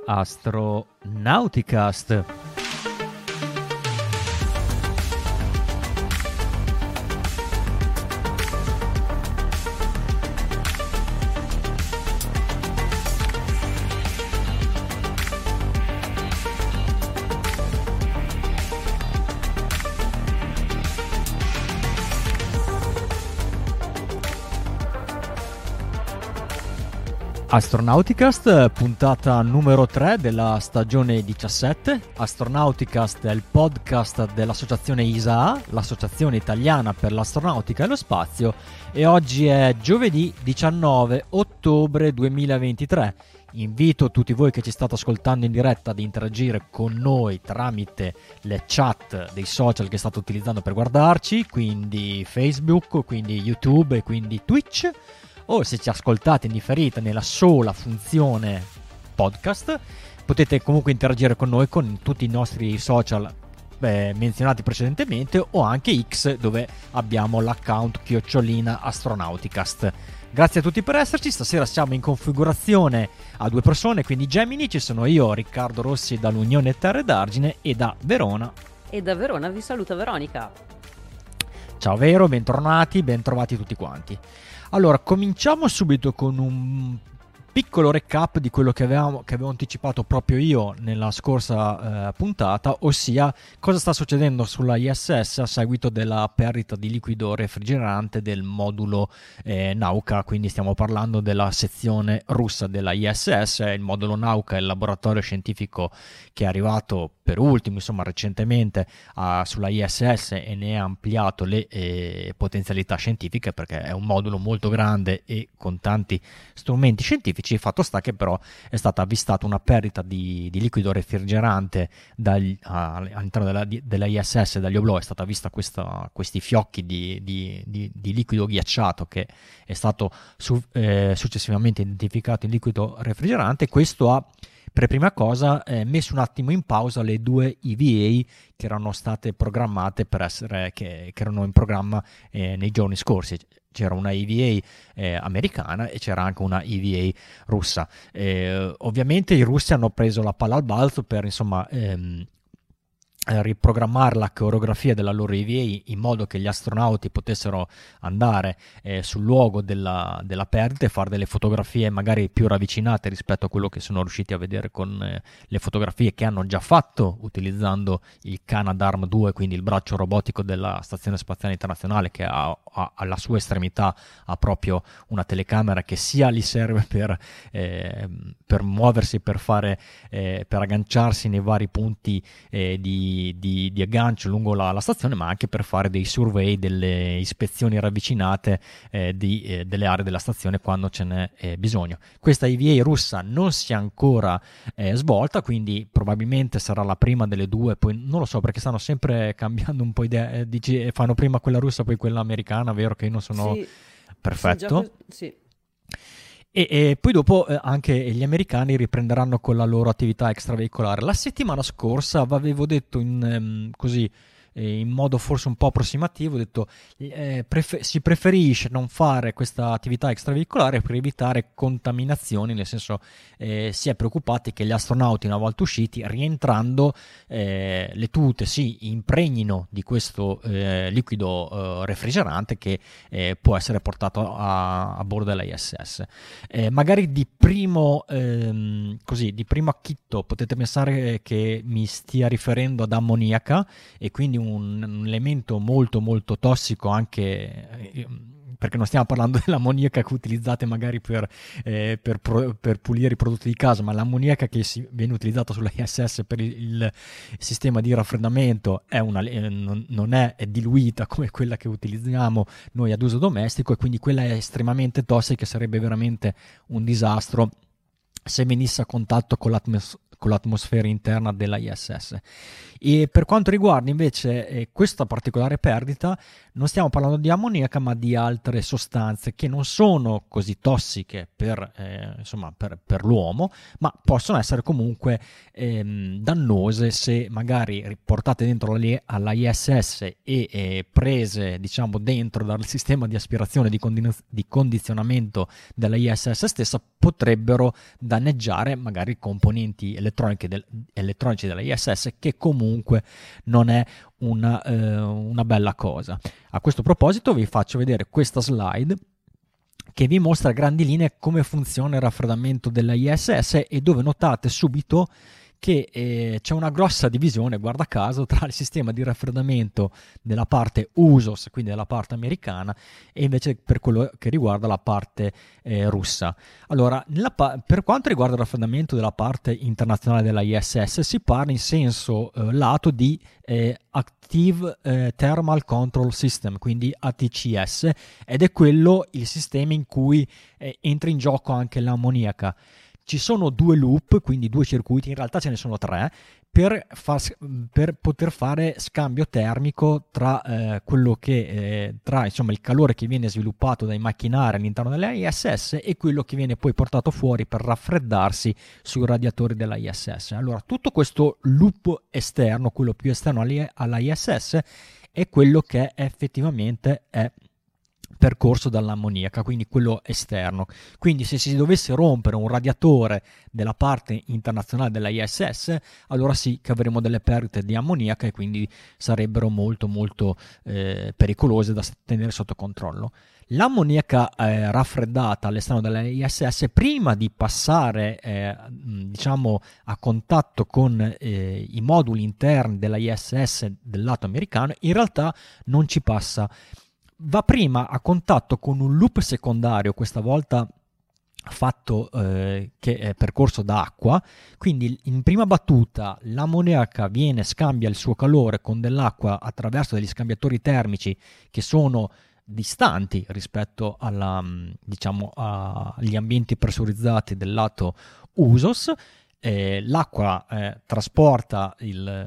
Astronauticast. Astronauticast, puntata numero 3 della stagione 17. Astronauticast è il podcast dell'associazione ISAA, l'associazione italiana per l'astronautica e lo spazio, e oggi è giovedì 19 ottobre 2023. Invito tutti voi che ci state ascoltando in diretta ad interagire con noi tramite le chat dei social che state utilizzando per guardarci, quindi Facebook, quindi YouTube e quindi Twitch. O se ci ascoltate in differita nella sola funzione podcast, potete comunque interagire con noi con tutti i nostri social menzionati precedentemente, o anche X, dove abbiamo l'account @astronauticast. Grazie a tutti per esserci. Stasera siamo in configurazione a 2 persone, quindi Gemini. Ci sono io, Riccardo Rossi, dall'Unione Terre d'Argine, e da Verona. E da Verona vi saluta Veronica. Ciao Vero, bentrovati tutti quanti. Allora, cominciamo subito con un piccolo recap di quello che avevo anticipato proprio io nella scorsa puntata, ossia cosa sta succedendo sulla ISS a seguito della perdita di liquido refrigerante del modulo Nauka. Quindi stiamo parlando della sezione russa della ISS. Il modulo Nauka è il laboratorio scientifico che è arrivato per ultimo, insomma, recentemente sulla ISS e ne ha ampliato le potenzialità scientifiche, perché è un modulo molto grande e con tanti strumenti scientifici. Fatto sta che però è stata avvistata una perdita di liquido refrigerante all'interno della ISS. Dagli oblò è stata vista questi fiocchi di liquido ghiacciato che è stato successivamente identificato in liquido refrigerante. Questo ha, per prima cosa, messo un attimo in pausa le 2 EVA che erano state programmate che erano in programma nei giorni scorsi. C'era una EVA americana e c'era anche una EVA russa. Ovviamente i russi hanno preso la palla al balzo per, insomma, riprogrammare la coreografia della loro EVA in modo che gli astronauti potessero andare sul luogo della perdita e fare delle fotografie magari più ravvicinate rispetto a quello che sono riusciti a vedere con le fotografie che hanno già fatto utilizzando il Canadarm2, quindi il braccio robotico della Stazione Spaziale Internazionale, che alla sua estremità ha proprio una telecamera che sia gli serve per muoversi, per agganciarsi nei vari punti di aggancio lungo la stazione, ma anche per fare dei survey, delle ispezioni ravvicinate delle aree della stazione quando ce n'è bisogno. Questa EVA russa non si è ancora svolta, quindi probabilmente sarà la prima delle 2, poi non lo so, perché stanno sempre cambiando un po' idea, fanno prima quella russa poi quella americana, vero che io non sono perfetto? Sì. E poi dopo anche gli americani riprenderanno con la loro attività extraveicolare. La settimana scorsa avevo detto in modo forse un po' approssimativo, ho detto si preferisce non fare questa attività extraveicolare per evitare contaminazioni, nel senso si è preoccupati che gli astronauti, una volta usciti, rientrando le tute si impregnino di questo liquido refrigerante che può essere portato a bordo della ISS. Magari di primo acchitto potete pensare che mi stia riferendo ad ammoniaca, e quindi un elemento molto molto tossico, anche perché non stiamo parlando dell'ammoniaca che utilizzate magari per pulire i prodotti di casa, ma l'ammoniaca che viene utilizzata sulla ISS per il sistema di raffreddamento non è diluita come quella che utilizziamo noi ad uso domestico, e quindi quella è estremamente tossica e sarebbe veramente un disastro se venisse a contatto con con l'atmosfera interna della ISS. E per quanto riguarda invece questa particolare perdita, non stiamo parlando di ammoniaca ma di altre sostanze che non sono così tossiche per l'uomo, ma possono essere comunque dannose se magari riportate dentro alla ISS e prese diciamo dentro dal sistema di aspirazione di condizionamento della ISS stessa, potrebbero danneggiare magari componenti elettronici della ISS, che comunque non è una bella cosa. A questo proposito vi faccio vedere questa slide che vi mostra a grandi linee come funziona il raffreddamento della ISS e dove notate subito che c'è una grossa divisione, guarda caso, tra il sistema di raffreddamento della parte USOS, quindi della parte americana, e invece per quello che riguarda la parte russa. Allora, per quanto riguarda il raffreddamento della parte internazionale della ISS, si parla in senso lato di Active Thermal Control System, quindi ATCS, ed è quello il sistema in cui entra in gioco anche l'ammoniaca. Ci sono due loop, quindi due circuiti, in realtà ce ne sono tre, per poter fare scambio termico tra quello che tra insomma il calore che viene sviluppato dai macchinari all'interno della ISS e quello che viene poi portato fuori per raffreddarsi sui radiatori della ISS. Allora, tutto questo loop esterno, quello più esterno alla ISS, è quello che effettivamente è percorso dall'ammoniaca, quindi quello esterno. Quindi se si dovesse rompere un radiatore della parte internazionale della ISS, allora sì che avremo delle perdite di ammoniaca e quindi sarebbero molto molto pericolose da tenere sotto controllo. L'ammoniaca raffreddata all'esterno della ISS, prima di passare diciamo a contatto con i moduli interni della ISS del lato americano, in realtà non ci passa. Va prima a contatto con un loop secondario, questa volta fatto che è percorso da acqua, quindi in prima battuta l'ammoniaca scambia il suo calore con dell'acqua attraverso degli scambiatori termici che sono distanti rispetto diciamo agli ambienti pressurizzati del lato USOS. L'acqua trasporta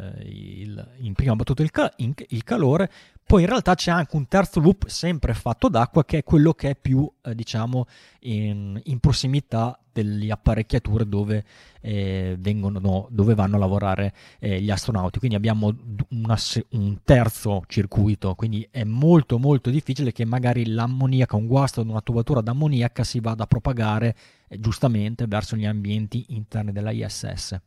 in prima battuta il calore. Poi in realtà c'è anche un terzo loop sempre fatto d'acqua, che è quello che è più diciamo in prossimità delle apparecchiature dove vanno a lavorare gli astronauti. Quindi abbiamo un terzo circuito, quindi è molto molto difficile che magari l'ammoniaca, un guasto di una tubatura d'ammoniaca, si vada a propagare giustamente verso gli ambienti interni della ISS.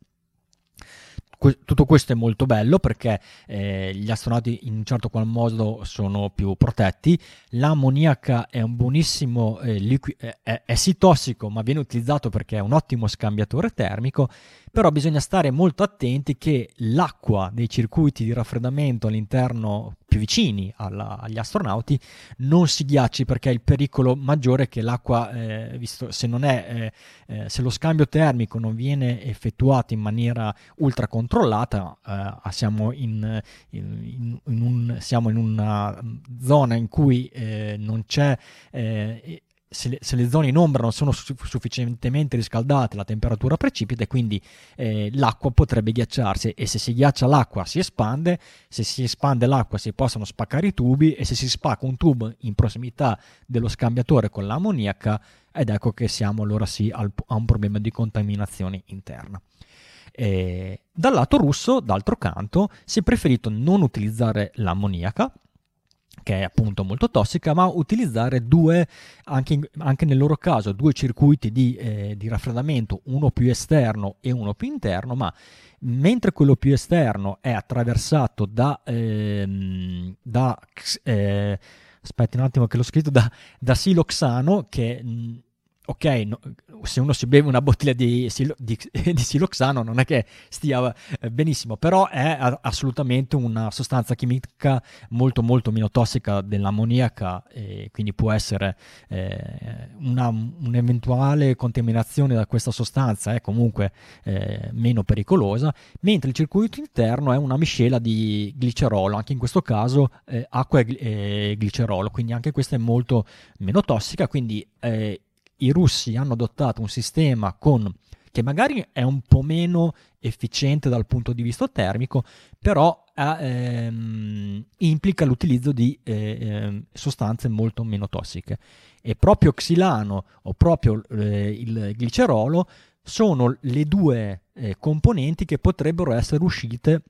Tutto questo è molto bello perché gli astronauti in un certo qual modo sono più protetti. L'ammoniaca è un buonissimo è sì tossico, ma viene utilizzato perché è un ottimo scambiatore termico. Però bisogna stare molto attenti che l'acqua dei circuiti di raffreddamento all'interno più vicini agli astronauti non si ghiacci, perché il pericolo maggiore è che l'acqua, visto se lo scambio termico non viene effettuato in maniera ultra controllata, siamo in una zona in cui non c'è se le zone in ombra non sono sufficientemente riscaldate, la temperatura precipita e quindi l'acqua potrebbe ghiacciarsi, e se si ghiaccia l'acqua si espande, se si espande l'acqua si possono spaccare i tubi, e se si spacca un tubo in prossimità dello scambiatore con l'ammoniaca, ed ecco che siamo allora sì a un problema di contaminazione interna. Dal lato russo, d'altro canto, si è preferito non utilizzare l'ammoniaca, che è appunto molto tossica, ma utilizzare anche nel loro caso due circuiti di raffreddamento, uno più esterno e uno più interno, ma mentre quello più esterno è attraversato aspetti un attimo che l'ho scritto, da siloxano, che se uno si beve una bottiglia di siloxano non è che stia benissimo, però è assolutamente una sostanza chimica molto molto meno tossica dell'ammoniaca, e quindi può essere un'eventuale contaminazione da questa sostanza è comunque meno pericolosa, mentre il circuito interno è una miscela di glicerolo, anche in questo caso acqua e glicerolo, quindi anche questa è molto meno tossica. Quindi i russi hanno adottato un sistema con che magari è un po' meno efficiente dal punto di vista termico, però implica l'utilizzo di sostanze molto meno tossiche. E proprio xilano o proprio il glicerolo sono le due componenti che potrebbero essere uscite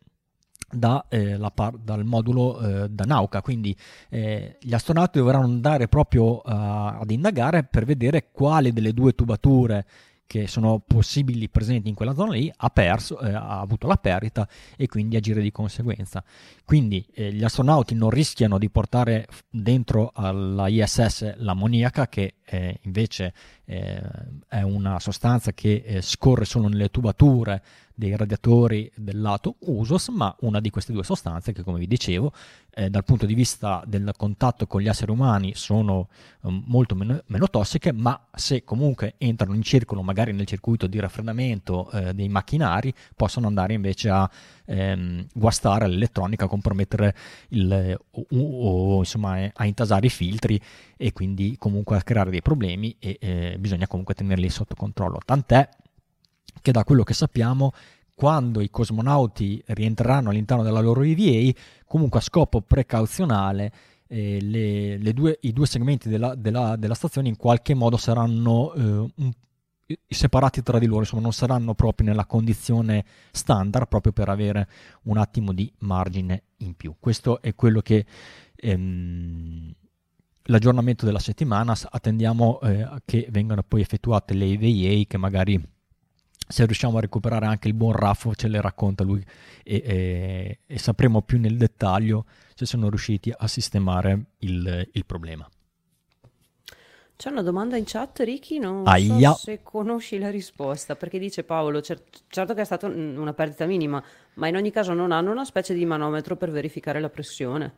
dal modulo da Nauka, quindi gli astronauti dovranno andare proprio ad indagare per vedere quale delle due tubature che sono possibili presenti in quella zona lì ha avuto la perdita e quindi agire di conseguenza. Quindi gli astronauti non rischiano di portare dentro alla ISS l'ammoniaca, che invece è una sostanza che scorre solo nelle tubature dei radiatori del lato USOS, ma una di queste due sostanze che, come vi dicevo, dal punto di vista del contatto con gli esseri umani sono molto meno tossiche, ma se comunque entrano in circolo, magari nel circuito di raffreddamento dei macchinari, possono andare invece a guastare l'elettronica, compromettere insomma a intasare i filtri e quindi comunque a creare dei problemi, e bisogna comunque tenerli sotto controllo. Tant'è che, da quello che sappiamo, quando i cosmonauti rientreranno all'interno della loro EVA, comunque a scopo precauzionale i due segmenti della stazione in qualche modo saranno separati tra di loro, insomma non saranno proprio nella condizione standard, proprio per avere un attimo di margine in più. Questo è quello che l'aggiornamento della settimana attendiamo che vengano poi effettuate le EVA, che magari, se riusciamo a recuperare anche il buon Raffo, ce le racconta lui e sapremo più nel dettaglio se sono riusciti a sistemare il problema. C'è una domanda in chat, Ricky, non Aia. so se conosci la risposta, perché dice Paolo, certo che è stata una perdita minima, ma in ogni caso non hanno una specie di manometro per verificare la pressione.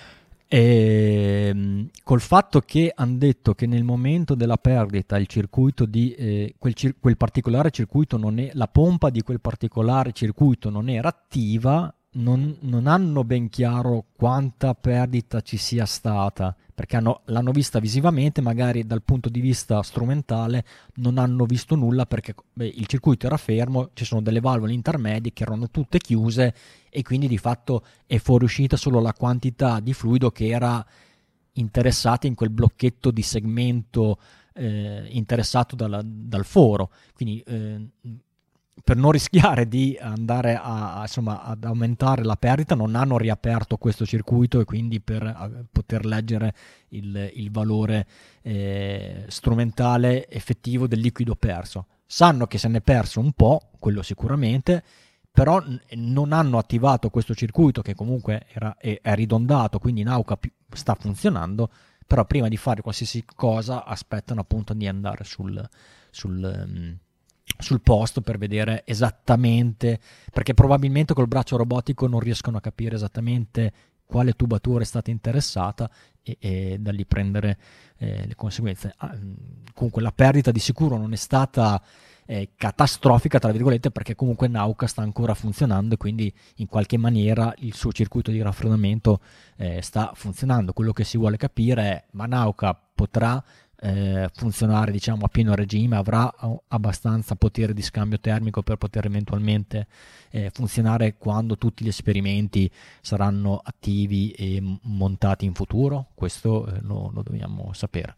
Col fatto che hanno detto che nel momento della perdita il circuito di quel particolare circuito la pompa di quel particolare circuito non era attiva, non hanno ben chiaro quanta perdita ci sia stata, perché l'hanno vista visivamente, magari dal punto di vista strumentale non hanno visto nulla, perché il circuito era fermo, ci sono delle valvole intermedie che erano tutte chiuse e quindi di fatto è fuoriuscita solo la quantità di fluido che era interessata in quel blocchetto di segmento interessato dal foro. Quindi per non rischiare di andare ad aumentare la perdita, non hanno riaperto questo circuito, e quindi per poter leggere il valore strumentale effettivo del liquido perso. Sanno che se n'è perso un po', quello sicuramente, però non hanno attivato questo circuito, che comunque è ridondato, quindi Nauka sta funzionando, però prima di fare qualsiasi cosa aspettano appunto di andare sul posto per vedere esattamente, perché probabilmente col braccio robotico non riescono a capire esattamente quale tubatura è stata interessata e da lì prendere le conseguenze. Comunque la perdita di sicuro non è stata catastrofica, tra virgolette, perché comunque Nauka sta ancora funzionando e quindi in qualche maniera il suo circuito di raffreddamento sta funzionando. Quello che si vuole capire è: ma Nauka potrà funzionare, diciamo, a pieno regime, avrà abbastanza potere di scambio termico per poter eventualmente funzionare quando tutti gli esperimenti saranno attivi e montati in futuro? Questo lo dobbiamo sapere.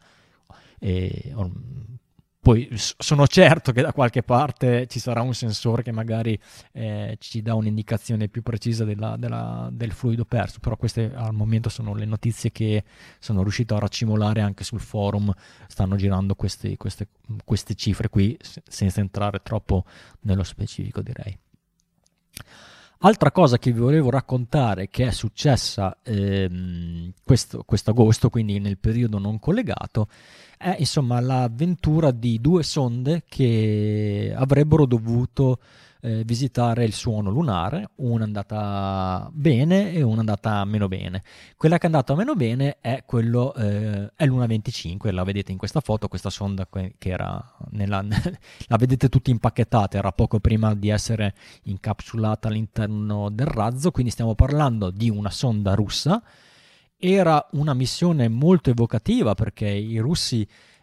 Poi sono certo che da qualche parte ci sarà un sensore che magari ci dà un'indicazione più precisa del fluido perso, però queste al momento sono le notizie che sono riuscito a raccimolare anche sul forum. Stanno girando queste cifre qui, senza entrare troppo nello specifico, direi. Altra cosa che vi volevo raccontare, che è successa quest'agosto, quindi nel periodo non collegato, è insomma l'avventura di due sonde che avrebbero dovuto visitare il suono lunare. Una è andata bene e una è andata meno bene. Quella che è andata meno bene è è Luna 25, la vedete in questa foto, questa sonda che era la vedete tutta impacchettata, era poco prima di essere incapsulata all'interno del razzo, quindi stiamo parlando di una sonda russa. Era una missione molto evocativa, perché i russi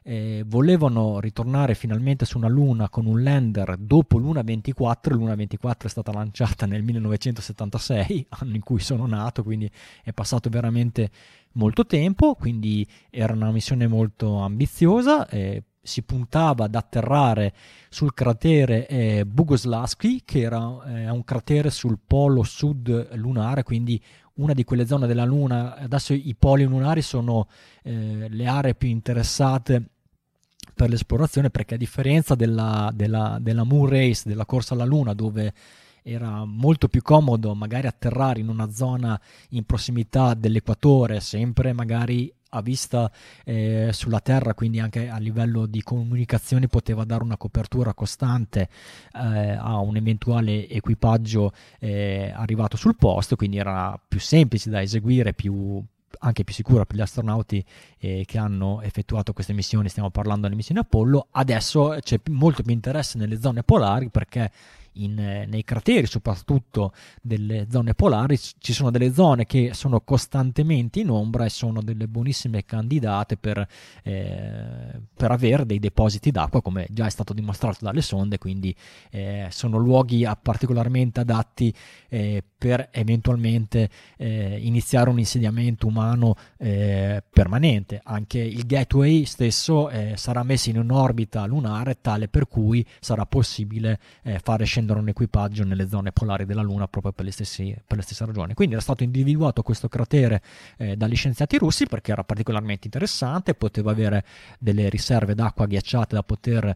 volevano ritornare finalmente su una Luna con un lander dopo Luna 24. Luna 24 è stata lanciata nel 1976, anno in cui sono nato, quindi è passato veramente molto tempo, quindi era una missione molto ambiziosa. Si puntava ad atterrare sul cratere Boguslavsky, che era un cratere sul polo sud lunare, quindi una di quelle zone della Luna. Adesso i poli lunari sono le aree più interessate per l'esplorazione, perché a differenza della Moon Race, della corsa alla Luna, dove era molto più comodo magari atterrare in una zona in prossimità dell'equatore, sempre magari a vista sulla Terra, quindi anche a livello di comunicazioni poteva dare una copertura costante a un eventuale equipaggio arrivato sul posto, quindi era più semplice da eseguire, anche più sicura per gli astronauti che hanno effettuato queste missioni. Stiamo parlando delle missioni Apollo. Adesso c'è molto più interesse nelle zone polari, perché nei crateri, soprattutto delle zone polari, ci sono delle zone che sono costantemente in ombra e sono delle buonissime candidate per avere dei depositi d'acqua, come già è stato dimostrato dalle sonde. Quindi sono luoghi particolarmente adatti per eventualmente iniziare un insediamento umano permanente. Anche il Gateway stesso sarà messo in un'orbita lunare tale per cui sarà possibile fare scendere un equipaggio nelle zone polari della Luna, proprio per le stesse ragioni. Quindi era stato individuato questo cratere dagli scienziati russi perché era particolarmente interessante, poteva avere delle riserve d'acqua ghiacciate da poter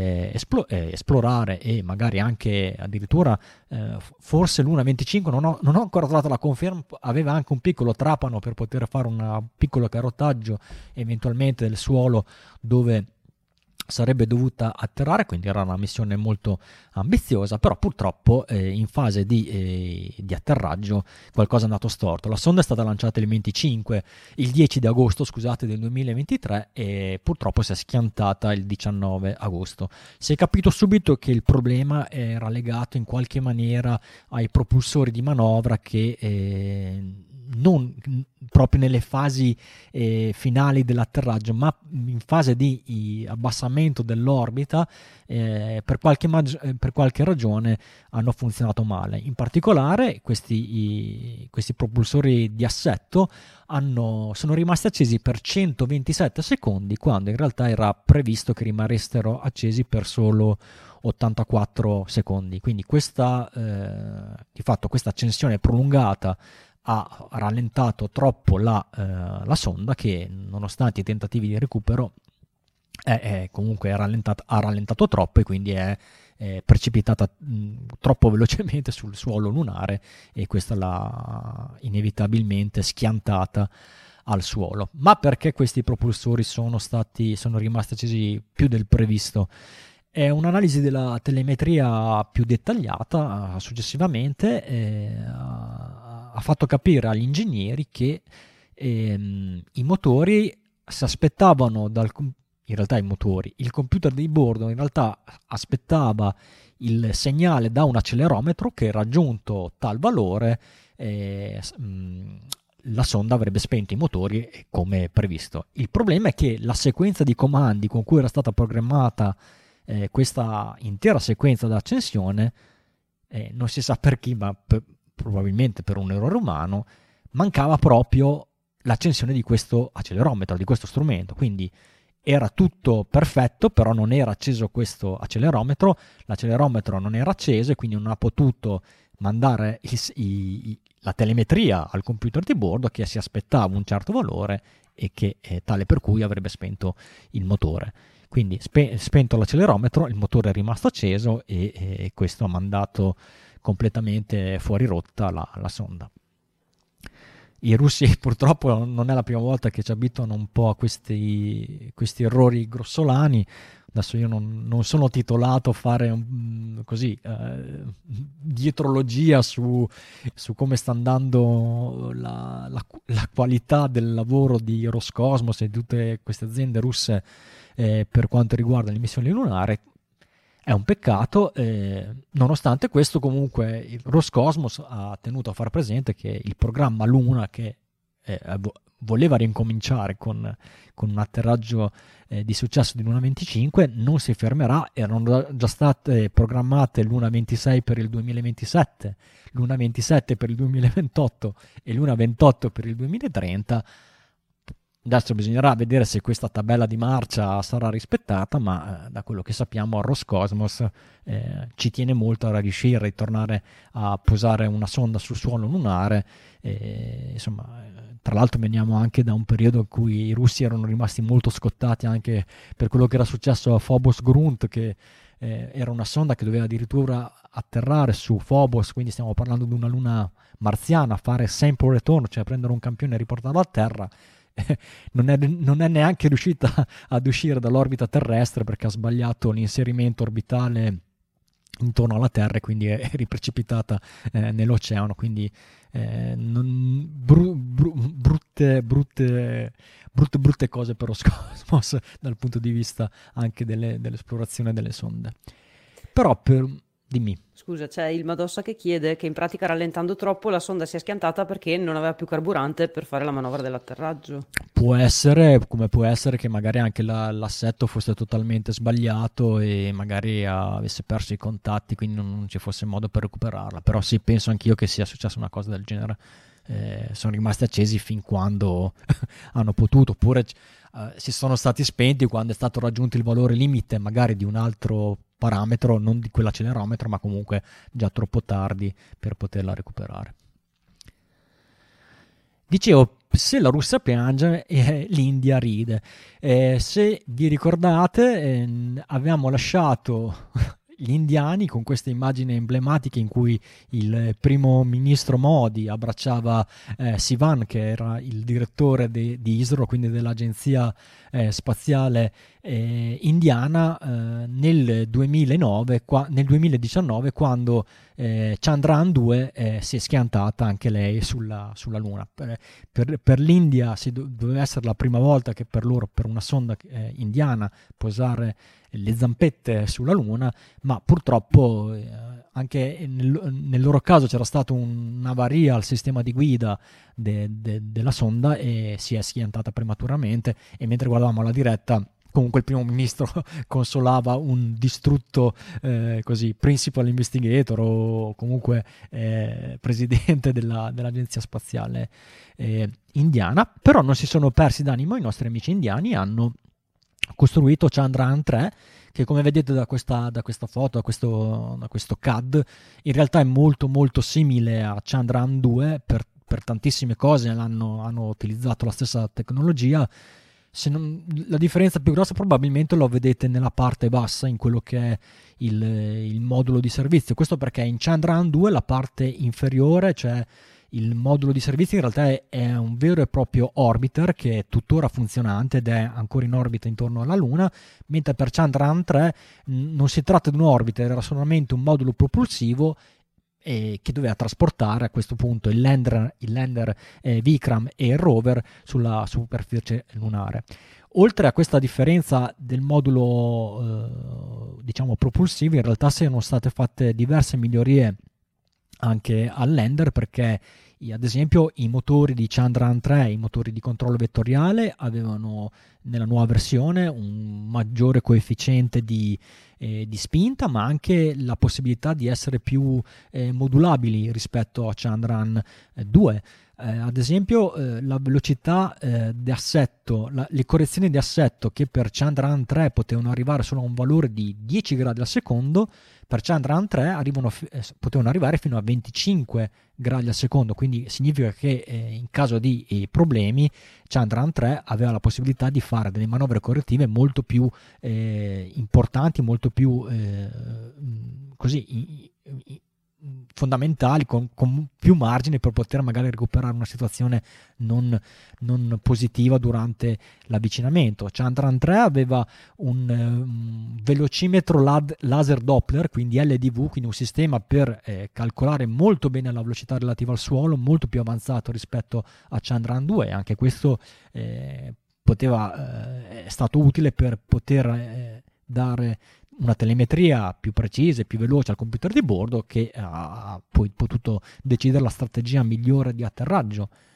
esplorare, e magari anche addirittura forse Luna 25, non ho ancora trovato la conferma, aveva anche un piccolo trapano per poter fare un piccolo carotaggio eventualmente del suolo dove sarebbe dovuta atterrare, quindi era una missione molto ambiziosa. Però purtroppo in fase di atterraggio qualcosa è andato storto. La sonda è stata lanciata il 10 di agosto del 2023 e purtroppo si è schiantata il 19 agosto. Si è capito subito che il problema era legato in qualche maniera ai propulsori di manovra che non proprio nelle fasi finali dell'atterraggio, ma in fase di abbassamento dell'orbita, per qualche ragione hanno funzionato male. In particolare questi propulsori di assetto sono rimasti accesi per 127 secondi, quando in realtà era previsto che rimanessero accesi per solo 84 secondi. Quindi di fatto questa accensione prolungata ha rallentato troppo la sonda, che nonostante i tentativi di recupero comunque ha rallentato troppo, e quindi è precipitata troppo velocemente sul suolo lunare, e questa l'ha inevitabilmente schiantata al suolo. Ma perché questi propulsori sono rimasti accesi più del previsto? È un'analisi della telemetria più dettagliata successivamente ha fatto capire agli ingegneri che i motori si aspettavano il computer di bordo in realtà aspettava il segnale da un accelerometro che, raggiunto tal valore, la sonda avrebbe spento i motori come previsto. Il problema è che la sequenza di comandi con cui era stata programmata questa intera sequenza d'accensione, non si sa per chi, ma probabilmente per un errore umano, mancava proprio l'accensione di questo accelerometro, di questo strumento. Quindi era tutto perfetto, però non era acceso questo accelerometro, l'accelerometro non era acceso e quindi non ha potuto mandare la telemetria al computer di bordo, che si aspettava un certo valore e che è tale per cui avrebbe spento il motore. Quindi spento l'accelerometro, il motore è rimasto acceso e questo ha mandato completamente fuori rotta la sonda. I russi purtroppo non è la prima volta che ci abituano un po' a questi errori grossolani. Adesso io non sono titolato a fare dietrologia su come sta andando la qualità del lavoro di Roscosmos e di tutte queste aziende russe per quanto riguarda le missioni lunari. È un peccato, nonostante questo comunque il Roscosmos ha tenuto a far presente che il programma Luna, che voleva ricominciare con un atterraggio di successo di Luna 25, non si fermerà. Erano già state programmate Luna 26 per il 2027, Luna 27 per il 2028 e Luna 28 per il 2030. Adesso bisognerà vedere se questa tabella di marcia sarà rispettata, ma da quello che sappiamo Roscosmos ci tiene molto a riuscire a ritornare a posare una sonda sul suolo lunare. Insomma, tra l'altro veniamo anche da un periodo in cui i russi erano rimasti molto scottati anche per quello che era successo a Phobos Grunt, che era una sonda che doveva addirittura atterrare su Phobos, quindi stiamo parlando di una luna marziana, fare sample return, cioè prendere un campione e riportarlo a terra. Non è neanche riuscita ad uscire dall'orbita terrestre perché ha sbagliato l'inserimento orbitale intorno alla Terra e quindi è riprecipitata nell'oceano. Quindi brutte cose per Roscosmos dal punto di vista anche dell'esplorazione delle sonde. Però dimmi. Scusa, c'è il Madossa che chiede che in pratica rallentando troppo la sonda si è schiantata perché non aveva più carburante per fare la manovra dell'atterraggio. Può essere, come può essere che magari anche l'assetto fosse totalmente sbagliato e magari avesse perso i contatti, quindi non ci fosse modo per recuperarla. Però sì, penso anch'io che sia successa una cosa del genere. Sono rimasti accesi fin quando hanno potuto, oppure si sono stati spenti quando è stato raggiunto il valore limite magari di un altro parametro, non di quell'accelerometro, ma comunque già troppo tardi per poterla recuperare. Dicevo, se la Russia piange, l'India ride. Se vi ricordate, avevamo lasciato gli indiani con queste immagini emblematiche in cui il primo ministro Modi abbracciava Sivan, che era il direttore di ISRO, quindi dell'agenzia spaziale indiana, nel 2019, nel 2019 quando Chandrayaan 2 si è schiantata anche lei sulla Luna. Per l'India doveva essere la prima volta che per loro, per una sonda indiana, posare le zampette sulla Luna, ma purtroppo anche nel loro caso c'era stata un'avaria al sistema di guida della sonda e si è schiantata prematuramente. E mentre guardavamo la diretta, comunque il primo ministro consolava un distrutto principal investigator o comunque presidente dell'agenzia spaziale indiana. Però non si sono persi d'animo, i nostri amici indiani hanno costruito Chandrayaan 3, che come vedete da questa foto, da questo CAD, in realtà è molto molto simile a Chandrayaan 2 per tantissime cose. Hanno utilizzato la stessa tecnologia. La differenza più grossa probabilmente lo vedete nella parte bassa, in quello che è il modulo di servizio. Questo perché in Chandrayaan 2 la parte inferiore, cioè il modulo di servizio, in realtà è un vero e proprio orbiter che è tuttora funzionante ed è ancora in orbita intorno alla Luna, mentre per Chandrayaan 3 non si tratta di un orbiter, era solamente un modulo propulsivo che doveva trasportare a questo punto il lander Vikram e il rover sulla superficie lunare. Oltre a questa differenza del modulo propulsivo, in realtà sono state fatte diverse migliorie anche al lander, perché ad esempio i motori di Chandrayaan 3, i motori di controllo vettoriale, avevano nella nuova versione un maggiore coefficiente di spinta, ma anche la possibilità di essere più modulabili rispetto a Chandrayaan 2. Ad esempio la velocità di assetto, le correzioni di assetto che per Chandrayaan 3 potevano arrivare solo a un valore di 10 gradi al secondo, per Chandrayaan 3 potevano arrivare fino a 25 gradi al secondo, quindi significa che in caso di problemi Chandrayaan 3 aveva la possibilità di fare delle manovre correttive molto più importanti, molto più fondamentali, con più margini per poter magari recuperare una situazione non positiva durante l'avvicinamento. Chandrayaan 3 aveva un velocimetro laser Doppler, quindi LDV, quindi un sistema per calcolare molto bene la velocità relativa al suolo, molto più avanzato rispetto a Chandrayaan 2, e anche questo è stato utile per poter dare una telemetria più precisa e più veloce al computer di bordo, che ha poi potuto decidere la strategia migliore di atterraggio.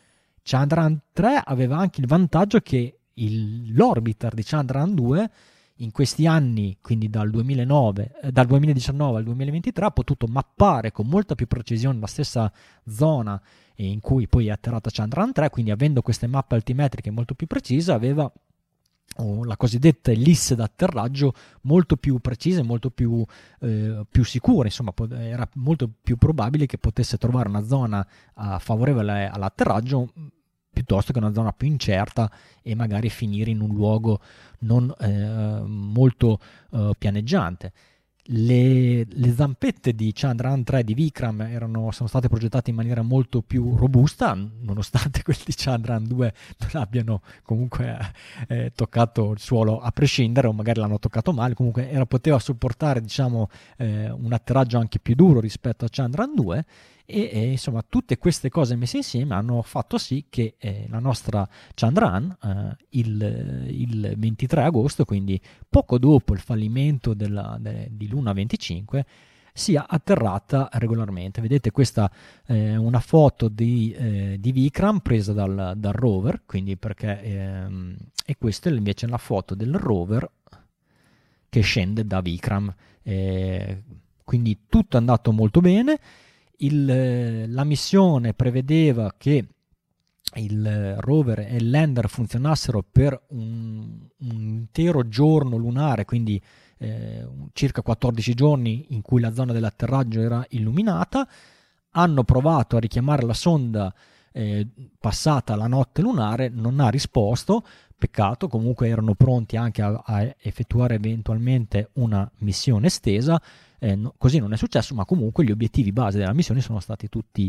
Chandrayaan 3 aveva anche il vantaggio che l'orbiter di Chandrayaan 2 in questi anni, quindi dal 2019 al 2023, ha potuto mappare con molta più precisione la stessa zona in cui poi è atterrata Chandrayaan 3, quindi avendo queste mappe altimetriche molto più precise aveva la cosiddetta ellisse d'atterraggio molto più precisa e molto più sicura. Insomma, era molto più probabile che potesse trovare una zona favorevole all'atterraggio piuttosto che una zona più incerta e magari finire in un luogo non molto pianeggiante. Le zampette di Chandrayaan 3 di Vikram sono state progettate in maniera molto più robusta, nonostante quelli di Chandrayaan 2 non abbiano comunque toccato il suolo a prescindere, o magari l'hanno toccato male. Comunque poteva sopportare, diciamo, un atterraggio anche più duro rispetto a Chandrayaan 2. E insomma, tutte queste cose messe insieme hanno fatto sì che la nostra Chandrayaan il 23 agosto, quindi poco dopo il fallimento di Luna 25, sia atterrata regolarmente. Vedete, questa è una foto di Vikram presa dal rover, quindi e questa è invece una foto del rover che scende da Vikram. Quindi tutto è andato molto bene. La missione prevedeva che il rover e il lander funzionassero per un intero giorno lunare, quindi circa 14 giorni in cui la zona dell'atterraggio era illuminata. Hanno provato a richiamare la sonda passata la notte lunare, non ha risposto, peccato. Comunque erano pronti anche a effettuare eventualmente una missione estesa. Così non è successo, ma comunque gli obiettivi base della missione sono stati tutti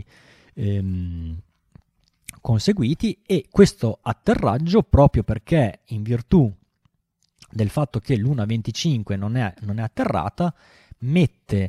conseguiti, e questo atterraggio, proprio perché in virtù del fatto che Luna 25 non è atterrata, mette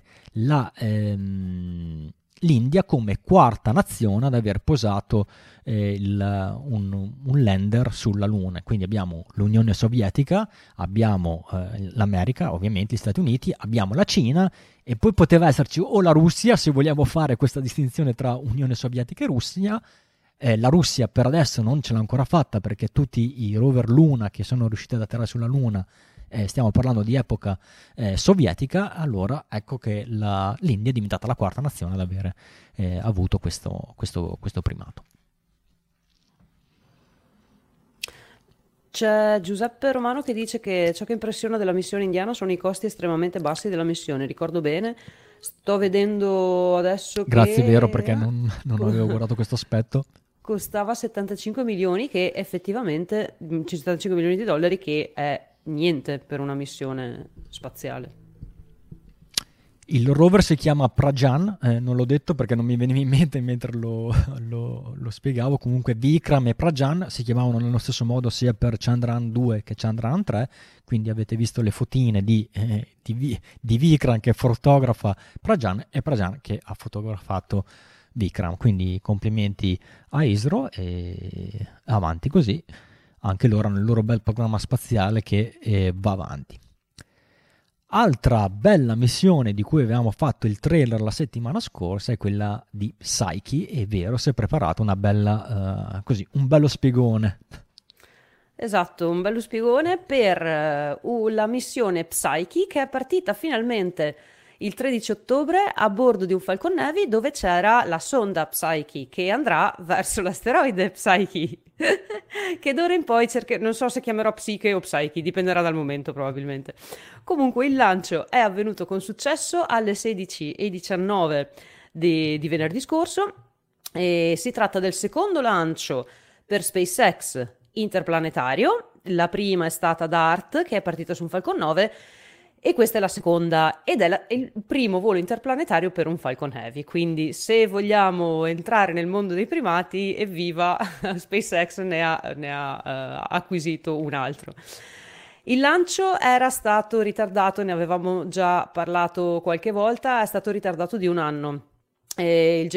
l'India come quarta nazione ad aver posato un lander sulla Luna. Quindi abbiamo l'Unione Sovietica, abbiamo l'America, ovviamente gli Stati Uniti, abbiamo la Cina, e poi poteva esserci o la Russia, se vogliamo fare questa distinzione tra Unione Sovietica e Russia. La Russia per adesso non ce l'ha ancora fatta, perché tutti i rover Luna che sono riusciti ad atterrare sulla Luna, stiamo parlando di epoca sovietica. Allora ecco che l'India è diventata la quarta nazione ad avere avuto questo primato. C'è Giuseppe Romano che dice che ciò che impressiona della missione indiana sono i costi estremamente bassi della missione. Ricordo bene? Sto vedendo adesso Grazie, vero, che perché non avevo guardato questo aspetto. costava 75 milioni, che effettivamente, 75 milioni di dollari, che è niente per una missione spaziale. Il rover si chiama Prajan, non l'ho detto perché non mi veniva in mente mentre lo spiegavo. Comunque Vikram e Prajan si chiamavano nello stesso modo sia per Chandrayaan 2 che Chandrayaan 3, quindi avete visto le fotine di Vikram che fotografa Prajan e Prajan che ha fotografato Vikram. Quindi complimenti a ISRO e avanti così, anche loro hanno il loro bel programma spaziale che va avanti. Altra bella missione di cui avevamo fatto il trailer la settimana scorsa è quella di Psyche. È vero, si è preparato una bella un bello spiegone. Esatto, un bello spiegone per la missione Psyche, che è partita finalmente il 13 ottobre a bordo di un Falcon Heavy, dove c'era la sonda Psyche che andrà verso l'asteroide Psyche, che d'ora in poi non so se chiamerò Psyche o Psyche, dipenderà dal momento probabilmente. Comunque il lancio è avvenuto con successo alle 16:19 di venerdì scorso, e si tratta del secondo lancio per SpaceX interplanetario. La prima è stata DART, che è partita su un Falcon 9, e questa è la seconda, ed è il primo volo interplanetario per un Falcon Heavy. Quindi se vogliamo entrare nel mondo dei primati, evviva, SpaceX ne ha acquisito un altro. Il lancio era stato ritardato, ne avevamo già parlato qualche volta, è stato ritardato di un anno. Il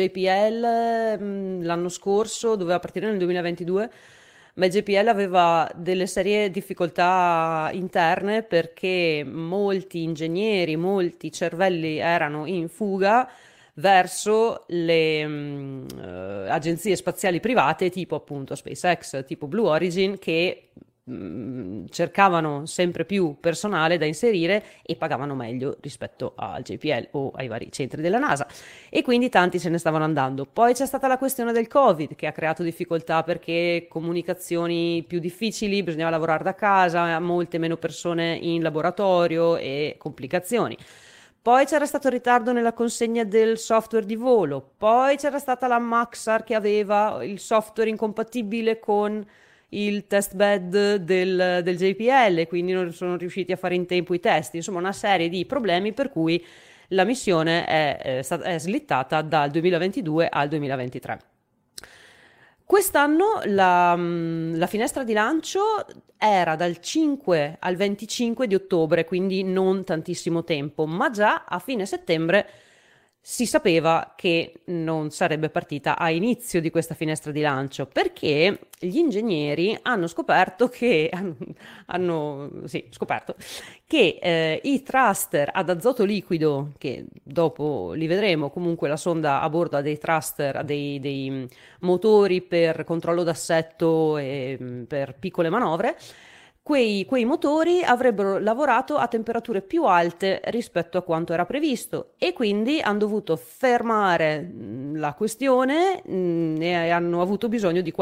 JPL l'anno scorso doveva partire nel 2022, ma il JPL aveva delle serie difficoltà interne perché molti ingegneri, molti cervelli erano in fuga verso le agenzie spaziali private tipo appunto SpaceX, tipo Blue Origin, che cercavano sempre più personale da inserire e pagavano meglio rispetto al JPL o ai vari centri della NASA, e quindi tanti se ne stavano andando. Poi c'è stata la questione del Covid, che ha creato difficoltà perché comunicazioni più difficili, bisognava lavorare da casa, molte meno persone in laboratorio e complicazioni. Poi c'era stato il ritardo nella consegna del software di volo, poi c'era stata la Maxar che aveva il software incompatibile con il test bed del JPL, quindi non sono riusciti a fare in tempo i test. Insomma, una serie di problemi per cui la missione è slittata dal 2022 al 2023. Quest'anno la finestra di lancio era dal 5 al 25 di ottobre, quindi non tantissimo tempo, ma già a fine settembre si sapeva che non sarebbe partita a inizio di questa finestra di lancio, perché gli ingegneri hanno scoperto che, scoperto che i thruster ad azoto liquido, che dopo li vedremo, comunque la sonda a bordo ha dei thruster, ha dei motori per controllo d'assetto e per piccole manovre. Quei motori avrebbero lavorato a temperature più alte rispetto a quanto era previsto, e quindi hanno dovuto fermare la questione e hanno avuto bisogno di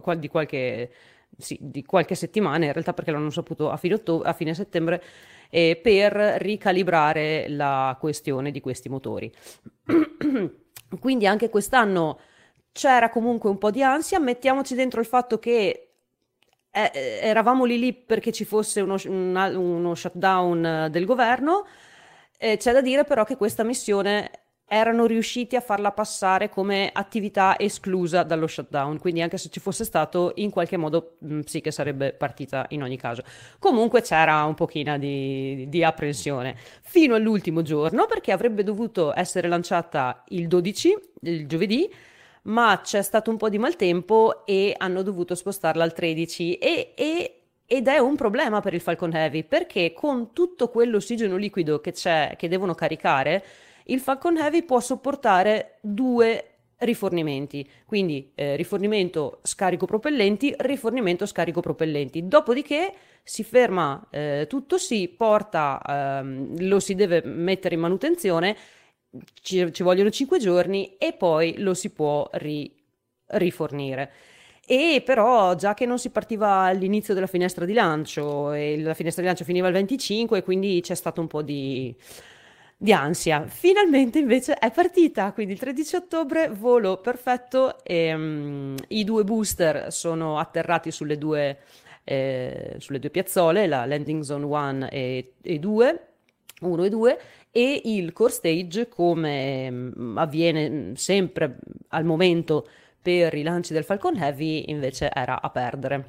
di qualche settimana, in realtà, perché l'hanno saputo a fine settembre, per ricalibrare la questione di questi motori. Quindi anche quest'anno c'era comunque un po' di ansia. Mettiamoci dentro il fatto che eravamo lì perché ci fosse uno shutdown del governo. C'è da dire però che questa missione erano riusciti a farla passare come attività esclusa dallo shutdown, quindi anche se ci fosse stato, in qualche modo sì che sarebbe partita in ogni caso. Comunque c'era un pochino di apprensione fino all'ultimo giorno, perché avrebbe dovuto essere lanciata il 12, il giovedì, ma c'è stato un po' di maltempo e hanno dovuto spostarla al 13, ed è un problema per il Falcon Heavy, perché con tutto quell'ossigeno liquido che c'è, che devono caricare, il Falcon Heavy può sopportare 2 rifornimenti, quindi rifornimento scarico propellenti, rifornimento scarico propellenti. Dopodiché si ferma tutto, si porta, lo si deve mettere in manutenzione, ci vogliono 5 giorni e poi lo si può rifornire. E però già che non si partiva all'inizio della finestra di lancio, e la finestra di lancio finiva il 25, quindi c'è stato un po' di ansia. Finalmente invece è partita, quindi il 13 ottobre, volo perfetto, e i 2 booster sono atterrati sulle due piazzole, la Landing Zone 1 e 2, 1 e 2, e il core stage, come avviene sempre al momento per i lanci del Falcon Heavy, invece era a perdere.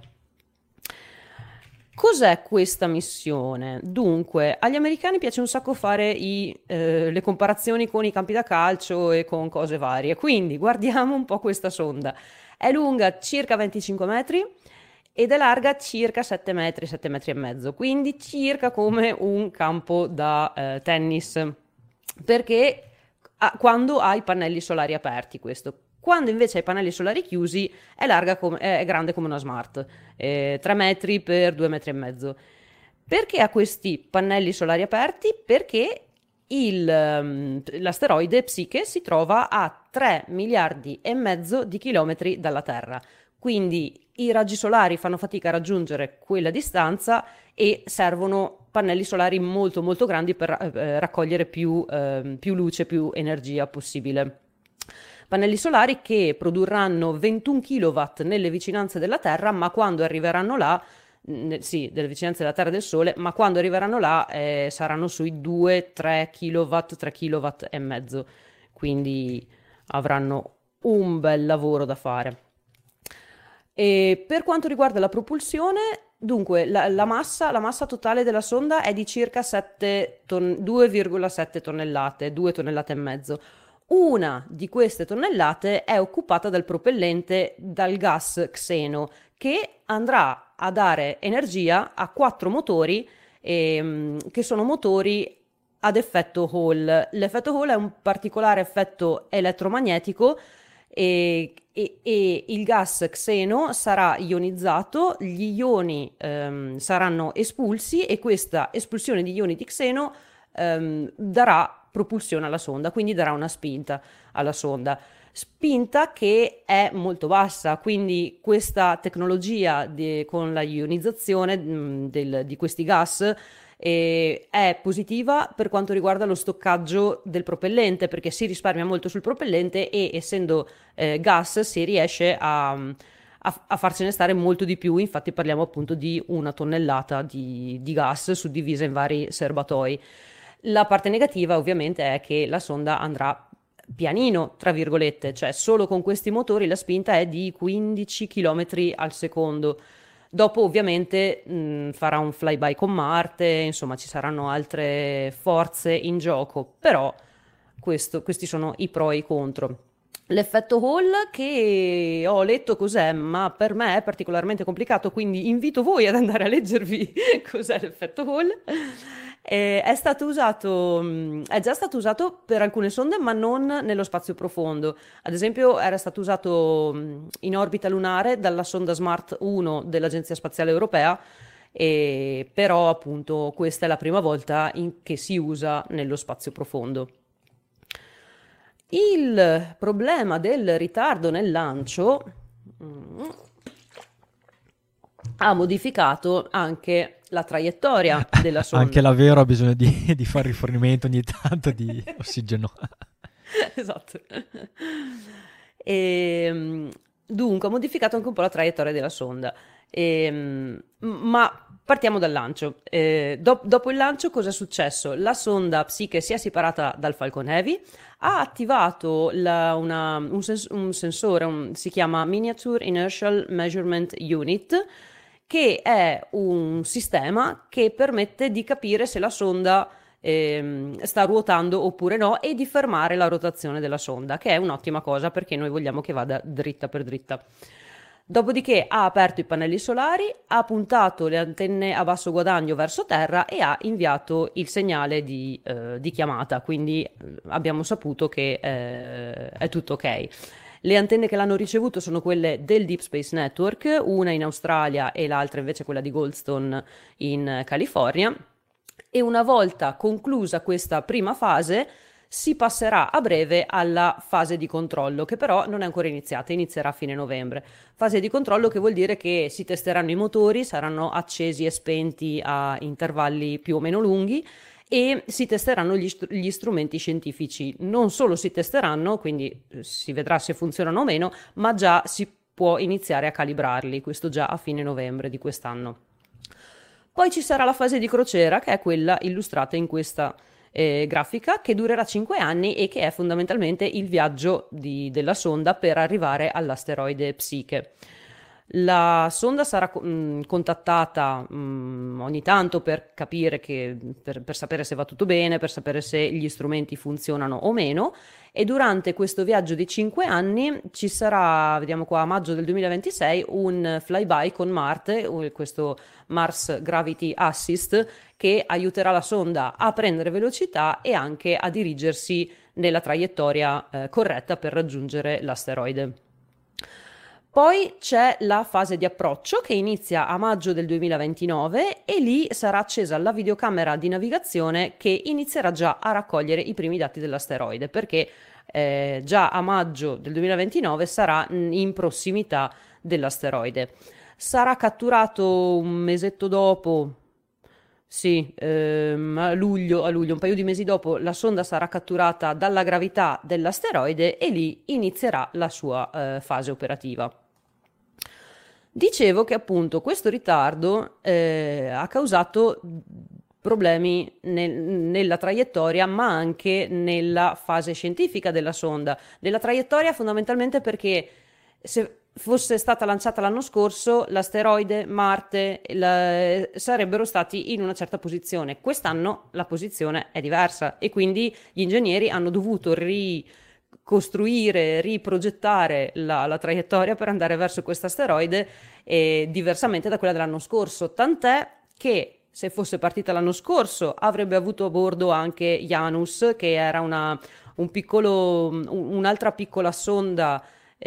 Cos'è questa missione? Dunque, agli americani piace un sacco fare le comparazioni con i campi da calcio e con cose varie, quindi guardiamo un po' questa sonda. È lunga circa 25 metri ed è larga circa 7 metri, 7 metri e mezzo, quindi circa come un campo da tennis, perché quando ha i pannelli solari aperti questo. Quando invece ha i pannelli solari chiusi è è grande come una Smart, 3 metri per 2 metri e mezzo. Perché ha questi pannelli solari aperti? Perché l'asteroide Psyche si trova a 3 miliardi e mezzo di chilometri dalla Terra, quindi i raggi solari fanno fatica a raggiungere quella distanza e servono pannelli solari molto molto grandi per raccogliere più luce, più energia possibile. Pannelli solari che produrranno 21 kW nelle vicinanze della Terra, ma quando arriveranno là, sì, delle vicinanze della Terra e del Sole, ma quando arriveranno là saranno sui 2-3 kW, 3 kW e mezzo, quindi avranno un bel lavoro da fare. E per quanto riguarda la propulsione, dunque la massa totale della sonda è di circa 2,7 tonnellate, 2 tonnellate e mezzo. Una di queste tonnellate è occupata dal propellente, dal gas xeno, che andrà a dare energia a 4 motori, che sono motori ad effetto Hall. L'effetto Hall è un particolare effetto elettromagnetico e il gas xeno sarà ionizzato, gli ioni saranno espulsi e questa espulsione di ioni di xeno darà propulsione alla sonda, quindi darà una spinta alla sonda. Spinta che è molto bassa, quindi questa tecnologia con la ionizzazione di questi gas è positiva per quanto riguarda lo stoccaggio del propellente, perché si risparmia molto sul propellente e essendo gas si riesce a farsene stare molto di più. Infatti parliamo appunto di 1 tonnellata di gas suddivisa in vari serbatoi. La parte negativa ovviamente è che la sonda andrà pianino, tra virgolette, cioè solo con questi motori la spinta è di 15 km al secondo. Dopo ovviamente farà un flyby con Marte, insomma ci saranno altre forze in gioco, però questi sono i pro e i contro. L'effetto Hall che ho letto cos'è, ma per me è particolarmente complicato, quindi invito voi ad andare a leggervi cos'è l'effetto Hall. È stato usato, è già stato usato per alcune sonde, ma non nello spazio profondo. Ad esempio, era stato usato in orbita lunare dalla sonda SMART 1 dell'Agenzia Spaziale Europea, però appunto questa è la prima volta che si usa nello spazio profondo. Il problema del ritardo nel lancio ha modificato anche la traiettoria della sonda. Anche la Vero ha bisogno di fare rifornimento ogni tanto di ossigeno. Esatto. Dunque, ha modificato anche un po' la traiettoria della sonda. Ma partiamo dal lancio. Dopo il lancio cosa è successo? La sonda Psyche si è separata dal Falcon Heavy, ha attivato un sensore, si chiama Miniature Inertial Measurement Unit, che è un sistema che permette di capire se la sonda sta ruotando oppure no e di fermare la rotazione della sonda, che è un'ottima cosa perché noi vogliamo che vada dritta per dritta. Dopodiché ha aperto i pannelli solari, ha puntato le antenne a basso guadagno verso terra e ha inviato il segnale di chiamata, quindi abbiamo saputo che è tutto ok. Le antenne che l'hanno ricevuto sono quelle del Deep Space Network, una in Australia e l'altra invece quella di Goldstone in California. E una volta conclusa questa prima fase si passerà a breve alla fase di controllo, che però non è ancora iniziata, inizierà a fine novembre. Fase di controllo che vuol dire che si testeranno i motori, saranno accesi e spenti a intervalli più o meno lunghi e si testeranno gli strumenti scientifici. Non solo si testeranno, quindi si vedrà se funzionano o meno, ma già si può iniziare a calibrarli, questo già a fine novembre di quest'anno. Poi ci sarà la fase di crociera, che è quella illustrata in questa grafica, che durerà 5 anni e che è fondamentalmente il viaggio della sonda per arrivare all'asteroide Psyche. La sonda sarà contattata ogni tanto per capire per sapere se va tutto bene, per sapere se gli strumenti funzionano o meno, e durante questo viaggio di 5 anni ci sarà, vediamo qua, a maggio del 2026, un flyby con Marte, questo Mars Gravity Assist, che aiuterà la sonda a prendere velocità e anche a dirigersi nella traiettoria corretta per raggiungere l'asteroide. Poi c'è la fase di approccio che inizia a maggio del 2029 e lì sarà accesa la videocamera di navigazione che inizierà già a raccogliere i primi dati dell'asteroide, perché già a maggio del 2029 sarà in prossimità dell'asteroide. Sarà catturato un mesetto dopo, sì, a luglio, un paio di mesi dopo, la sonda sarà catturata dalla gravità dell'asteroide e lì inizierà la sua fase operativa. Dicevo che appunto questo ritardo ha causato problemi nella traiettoria, ma anche nella fase scientifica della sonda. Nella traiettoria fondamentalmente perché se fosse stata lanciata l'anno scorso, l'asteroide, Marte sarebbero stati in una certa posizione. Quest'anno la posizione è diversa e quindi gli ingegneri hanno dovuto ricostruire, riprogettare la traiettoria per andare verso questo asteroide diversamente da quella dell'anno scorso, tant'è che se fosse partita l'anno scorso, avrebbe avuto a bordo anche Janus, che era un'altra piccola sonda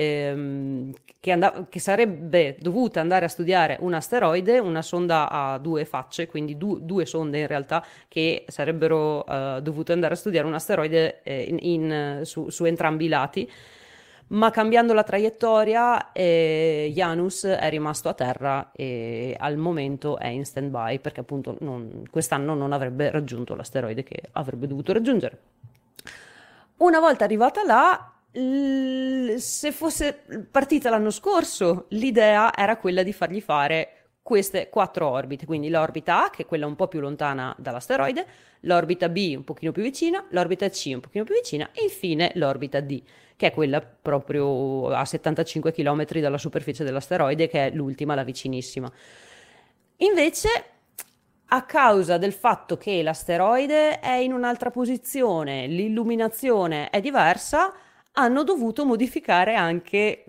che sarebbe dovuta andare a studiare un asteroide, una sonda a due facce, quindi due sonde in realtà, che sarebbero dovute andare a studiare un asteroide su entrambi i lati. Ma cambiando la traiettoria, Janus è rimasto a terra e al momento è in stand-by perché appunto quest'anno non avrebbe raggiunto l'asteroide che avrebbe dovuto raggiungere. Una volta arrivata là, se fosse partita l'anno scorso, l'idea era quella di fargli fare queste 4 orbite, quindi l'orbita A, che è quella un po' più lontana dall'asteroide, l'orbita B un pochino più vicina, l'orbita C un pochino più vicina e infine l'orbita D, che è quella proprio a 75 km dalla superficie dell'asteroide, che è l'ultima, la vicinissima. Invece, a causa del fatto che l'asteroide è in un'altra posizione, l'illuminazione è diversa, hanno dovuto modificare anche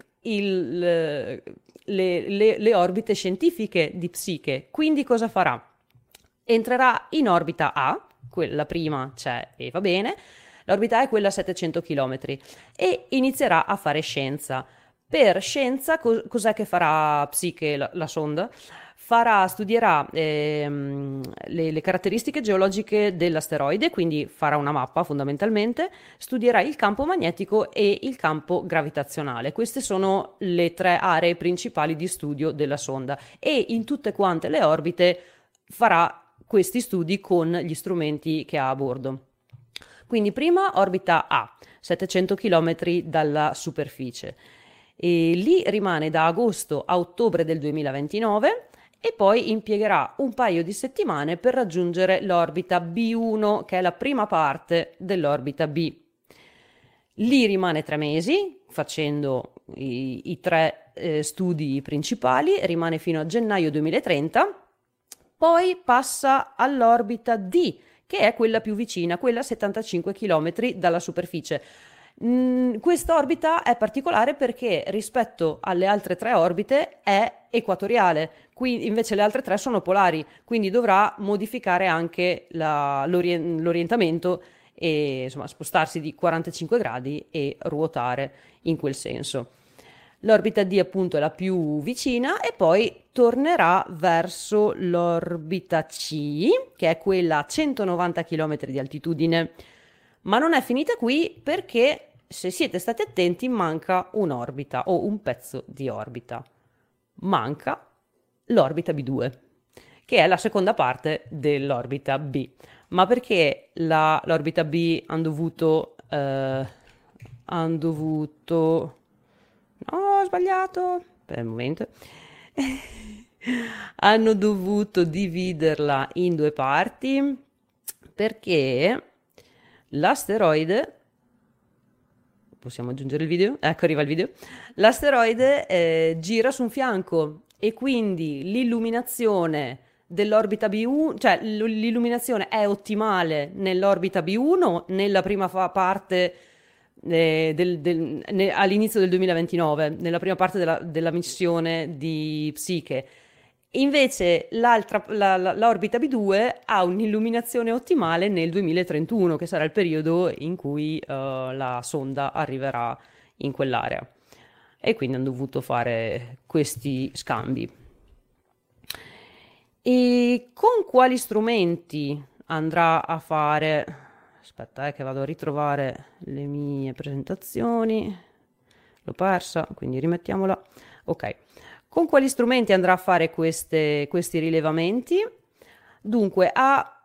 le orbite scientifiche di Psiche. Quindi cosa farà? Entrerà in orbita A, quella prima c'è e va bene, l'orbita A è quella a 700 km e inizierà a fare scienza. Per scienza cos'è che farà Psiche, la sonda? Studierà le caratteristiche geologiche dell'asteroide, quindi farà una mappa fondamentalmente, studierà il campo magnetico e il campo gravitazionale. Queste sono le 3 aree principali di studio della sonda e in tutte quante le orbite farà questi studi con gli strumenti che ha a bordo. Quindi prima orbita A, 700 km dalla superficie, e lì rimane da agosto a ottobre del 2029 e poi impiegherà un paio di settimane per raggiungere l'orbita B1, che è la prima parte dell'orbita B. Lì rimane 3 mesi facendo i 3 studi principali, rimane fino a gennaio 2030, poi passa all'orbita D, che è quella più vicina, quella a 75 km dalla superficie. Questa orbita è particolare perché rispetto alle altre 3 orbite è equatoriale, qui invece le altre 3 sono polari, quindi dovrà modificare anche l'orientamento e insomma spostarsi di 45 gradi e ruotare in quel senso. L'orbita D appunto è la più vicina e poi tornerà verso l'orbita C, che è quella a 190 km di altitudine. Ma non è finita qui perché, se siete stati attenti, manca un'orbita o un pezzo di orbita. Manca l'orbita B2, che è la seconda parte dell'orbita B. Ma perché l'orbita B hanno dovuto... No, ho sbagliato. Per il momento. Hanno dovuto dividerla in 2 parti perché l'asteroide, possiamo aggiungere il video? Ecco, arriva il video. L'asteroide gira su un fianco e quindi l'illuminazione dell'orbita B1, cioè l'illuminazione è ottimale nell'orbita B1 nella prima parte all'inizio del 2029, nella prima parte della missione di Psiche. Invece l'orbita B2 ha un'illuminazione ottimale nel 2031, che sarà il periodo in cui la sonda arriverà in quell'area. E quindi hanno dovuto fare questi scambi. E con quali strumenti andrà a fare? Aspetta, che vado a ritrovare le mie presentazioni. L'ho persa, quindi rimettiamola. Ok. Con quali strumenti andrà a fare questi rilevamenti? Dunque, ha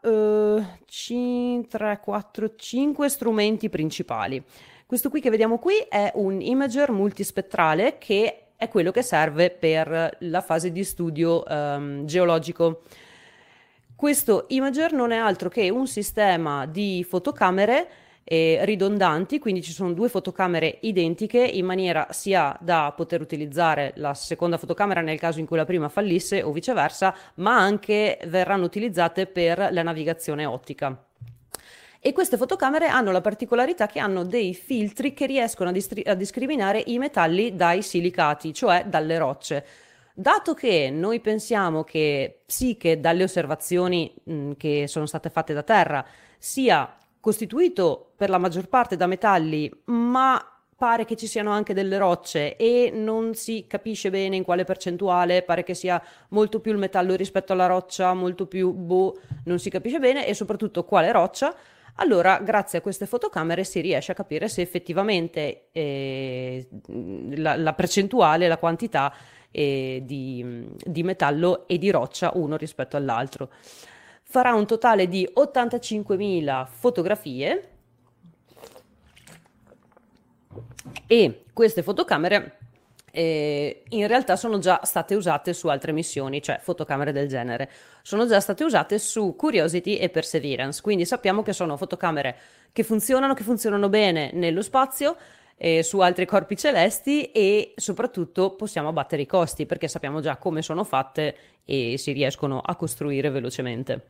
3, 4, 5 strumenti principali. Questo qui che vediamo qui è un imager multispettrale, che è quello che serve per la fase di studio geologico. Questo imager non è altro che un sistema di fotocamere ridondanti, quindi ci sono 2 fotocamere identiche in maniera sia da poter utilizzare la seconda fotocamera nel caso in cui la prima fallisse o viceversa, ma anche verranno utilizzate per la navigazione ottica. E queste fotocamere hanno la particolarità che hanno dei filtri che riescono a discriminare i metalli dai silicati, cioè dalle rocce. Dato che noi pensiamo che Psiche, dalle osservazioni che sono state fatte da terra, sia costituito per la maggior parte da metalli, ma pare che ci siano anche delle rocce e non si capisce bene in quale percentuale, pare che sia molto più il metallo rispetto alla roccia, molto più non si capisce bene, e soprattutto quale roccia. Allora, grazie a queste fotocamere si riesce a capire se effettivamente la percentuale, la quantità di metallo e di roccia uno rispetto all'altro. Farà un totale di 85.000 fotografie e queste fotocamere in realtà sono già state usate su altre missioni, cioè fotocamere del genere. Sono già state usate su Curiosity e Perseverance, quindi sappiamo che sono fotocamere che funzionano bene nello spazio, su altri corpi celesti, e soprattutto possiamo abbattere i costi perché sappiamo già come sono fatte e si riescono a costruire velocemente.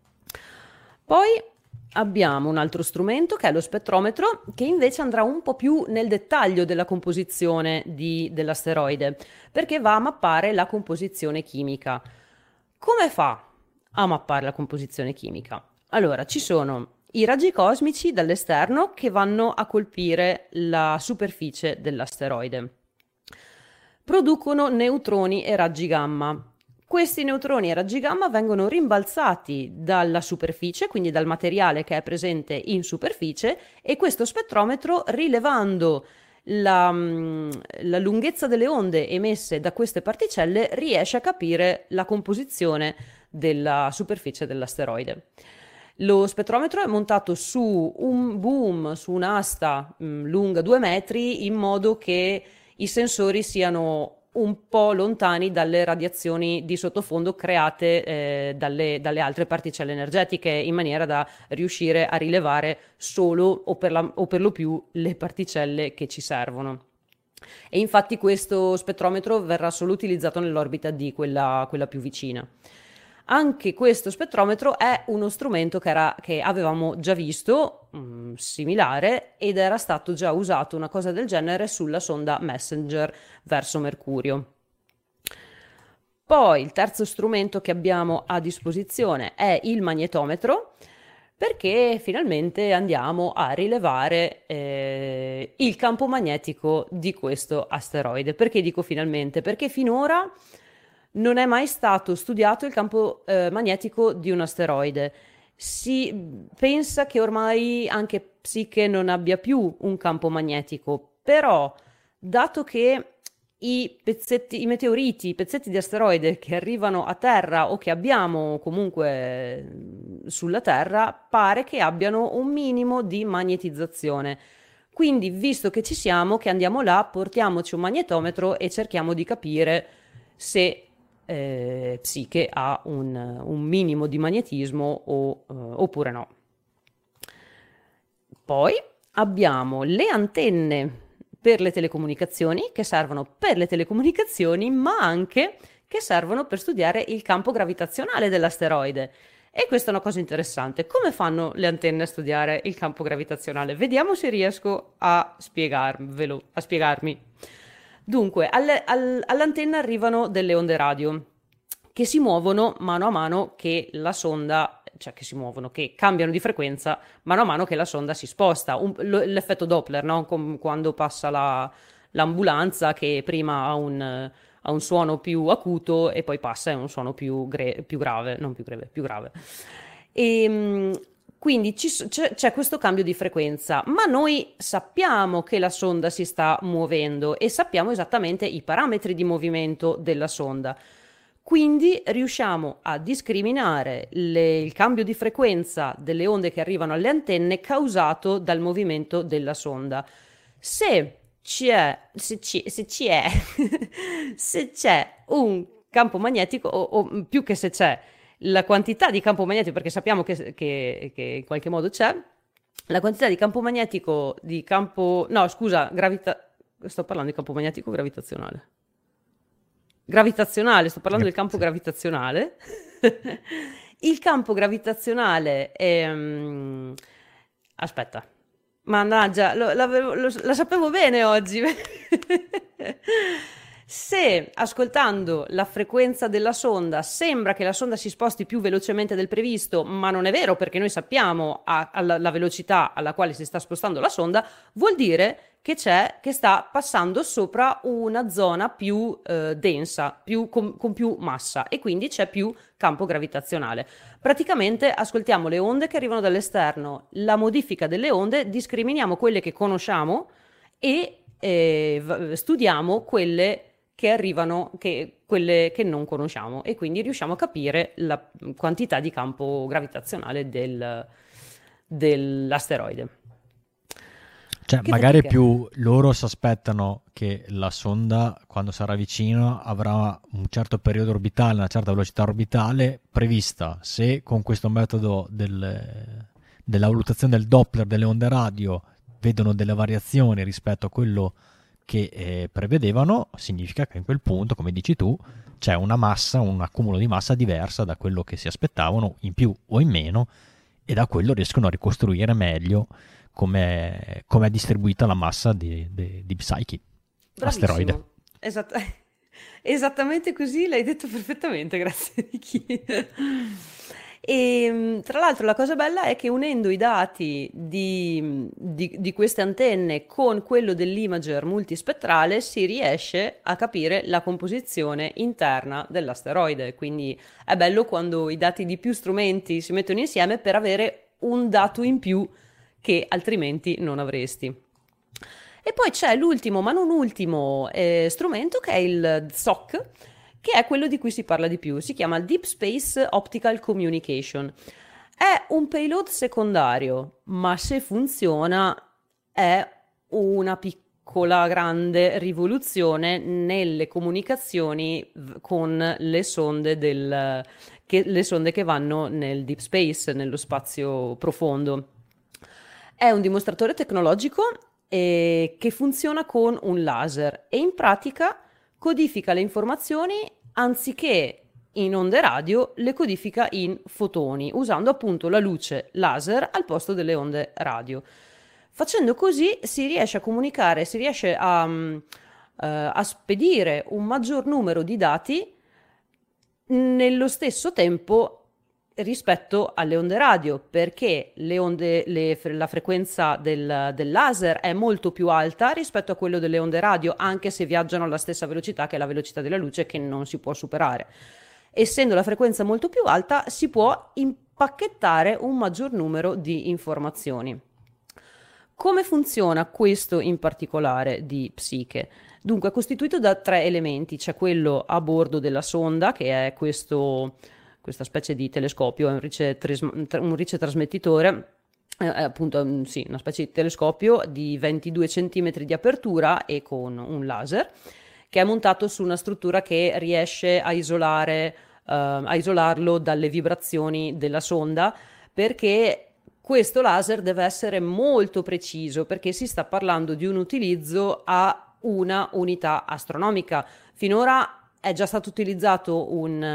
Poi abbiamo un altro strumento che è lo spettrometro, che invece andrà un po' più nel dettaglio della composizione dell'asteroide, perché va a mappare la composizione chimica. Come fa a mappare la composizione chimica? Allora, ci sono i raggi cosmici dall'esterno che vanno a colpire la superficie dell'asteroide. Producono neutroni e raggi gamma. Questi neutroni e raggi gamma vengono rimbalzati dalla superficie, quindi dal materiale che è presente in superficie, e questo spettrometro, rilevando la lunghezza delle onde emesse da queste particelle, riesce a capire la composizione della superficie dell'asteroide. Lo spettrometro è montato su un boom, su un'asta lunga 2 metri, in modo che i sensori siano un po' lontani dalle radiazioni di sottofondo create dalle altre particelle energetiche, in maniera da riuscire a rilevare solo o per lo più le particelle che ci servono. E infatti questo spettrometro verrà solo utilizzato nell'orbita di quella più vicina. Anche questo spettrometro è uno strumento che avevamo già visto, similare, ed era stato già usato una cosa del genere sulla sonda Messenger verso Mercurio. Poi il terzo strumento che abbiamo a disposizione è il magnetometro, perché finalmente andiamo a rilevare il campo magnetico di questo asteroide. Perché dico finalmente? Perché finora non è mai stato studiato il campo magnetico di un asteroide. Si pensa che ormai anche Psiche non abbia più un campo magnetico, però dato che i meteoriti, i pezzetti di asteroide che arrivano a Terra o che abbiamo comunque sulla Terra, pare che abbiano un minimo di magnetizzazione. Quindi, visto che ci siamo, che andiamo là, portiamoci un magnetometro e cerchiamo di capire se Psiche ha un minimo di magnetismo oppure no. Poi abbiamo le antenne per le telecomunicazioni, che servono per le telecomunicazioni, ma anche che servono per studiare il campo gravitazionale dell'asteroide. E questa è una cosa interessante. Come fanno le antenne a studiare il campo gravitazionale? Vediamo se riesco a spiegarmi. Dunque, all'antenna arrivano delle onde radio che si muovono mano a mano che la sonda, cioè che cambiano di frequenza mano a mano che la sonda si sposta. L'effetto Doppler, no? Quando passa l'ambulanza, che prima ha un suono più acuto e poi passa a un suono più grave, non più grave, più grave. Quindi c'è questo cambio di frequenza, ma noi sappiamo che la sonda si sta muovendo e sappiamo esattamente i parametri di movimento della sonda. Quindi riusciamo a discriminare il cambio di frequenza delle onde che arrivano alle antenne causato dal movimento della sonda. Se c'è un campo magnetico, o più che se c'è, la quantità di campo magnetico, perché sappiamo che in qualche modo c'è, la quantità di campo magnetico, sto parlando di campo magnetico gravitazionale. Sto parlando del campo gravitazionale. Il campo gravitazionale è... Aspetta. Mannaggia, la sapevo bene oggi. Se ascoltando la frequenza della sonda sembra che la sonda si sposti più velocemente del previsto, ma non è vero perché noi sappiamo la velocità alla quale si sta spostando la sonda, vuol dire che sta passando sopra una zona più densa, con più massa e quindi c'è più campo gravitazionale. Praticamente ascoltiamo le onde che arrivano dall'esterno, la modifica delle onde, discriminiamo quelle che conosciamo e studiamo quelle che arrivano, quelle che non conosciamo e quindi riusciamo a capire la quantità di campo gravitazionale dell'asteroide. Cioè, Che magari tecnica è? più loro si aspettano che la sonda, quando sarà vicina, avrà un certo periodo orbitale, una certa velocità orbitale prevista. Se con questo metodo della valutazione del Doppler delle onde radio vedono delle variazioni rispetto a quello che prevedevano, significa che in quel punto, come dici tu, c'è una massa, un accumulo di massa diversa da quello che si aspettavano, in più o in meno, e da quello riescono a ricostruire meglio come è distribuita la massa di Psyche, asteroide. Bravissimo. Esattamente così, l'hai detto perfettamente, grazie Vicky. E tra l'altro la cosa bella è che unendo i dati di queste antenne con quello dell'imager multispettrale si riesce a capire la composizione interna dell'asteroide. Quindi è bello quando i dati di più strumenti si mettono insieme per avere un dato in più che altrimenti non avresti. E poi c'è l'ultimo, ma non ultimo, strumento che è il SOC, che è quello di cui si parla di più. Si chiama Deep Space Optical Communication. È un payload secondario, ma se funziona è una piccola grande rivoluzione nelle comunicazioni con le sonde che vanno nel deep space, nello spazio profondo. È un dimostratore tecnologico che funziona con un laser e in pratica codifica le informazioni anziché in onde radio, le codifica in fotoni, usando appunto la luce laser al posto delle onde radio. Facendo così si riesce a comunicare, si riesce a spedire un maggior numero di dati nello stesso tempo rispetto alle onde radio, perché la frequenza del laser è molto più alta rispetto a quello delle onde radio, anche se viaggiano alla stessa velocità che è la velocità della luce, che non si può superare. Essendo la frequenza molto più alta, si può impacchettare un maggior numero di informazioni. Come funziona questo in particolare di Psyche? Dunque, è costituito da 3 elementi. C'è quello a bordo della sonda, che è questa specie di telescopio, è un ricetrasmettitore, appunto, sì, una specie di telescopio di 22 cm di apertura e con un laser, che è montato su una struttura che riesce a isolarlo dalle vibrazioni della sonda, perché questo laser deve essere molto preciso, perché si sta parlando di un utilizzo a una unità astronomica. Finora è già stato utilizzato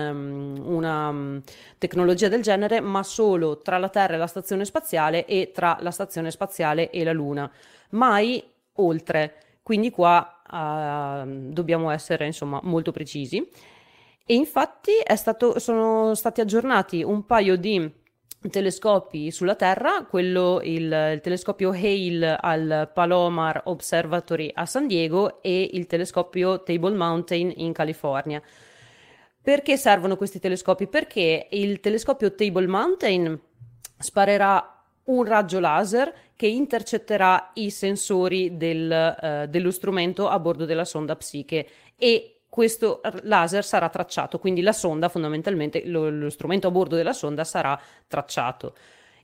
una tecnologia del genere, ma solo tra la Terra e la stazione spaziale e tra la stazione spaziale e la Luna, mai oltre. Quindi qua dobbiamo essere insomma molto precisi. E infatti sono stati aggiornati un paio di telescopi sulla Terra, il telescopio Hale al Palomar Observatory a San Diego e il telescopio Table Mountain in California. Perché servono questi telescopi? Perché il telescopio Table Mountain sparerà un raggio laser che intercetterà i sensori dello strumento a bordo della sonda Psyche e questo laser sarà tracciato, quindi la sonda fondamentalmente, lo strumento a bordo della sonda sarà tracciato.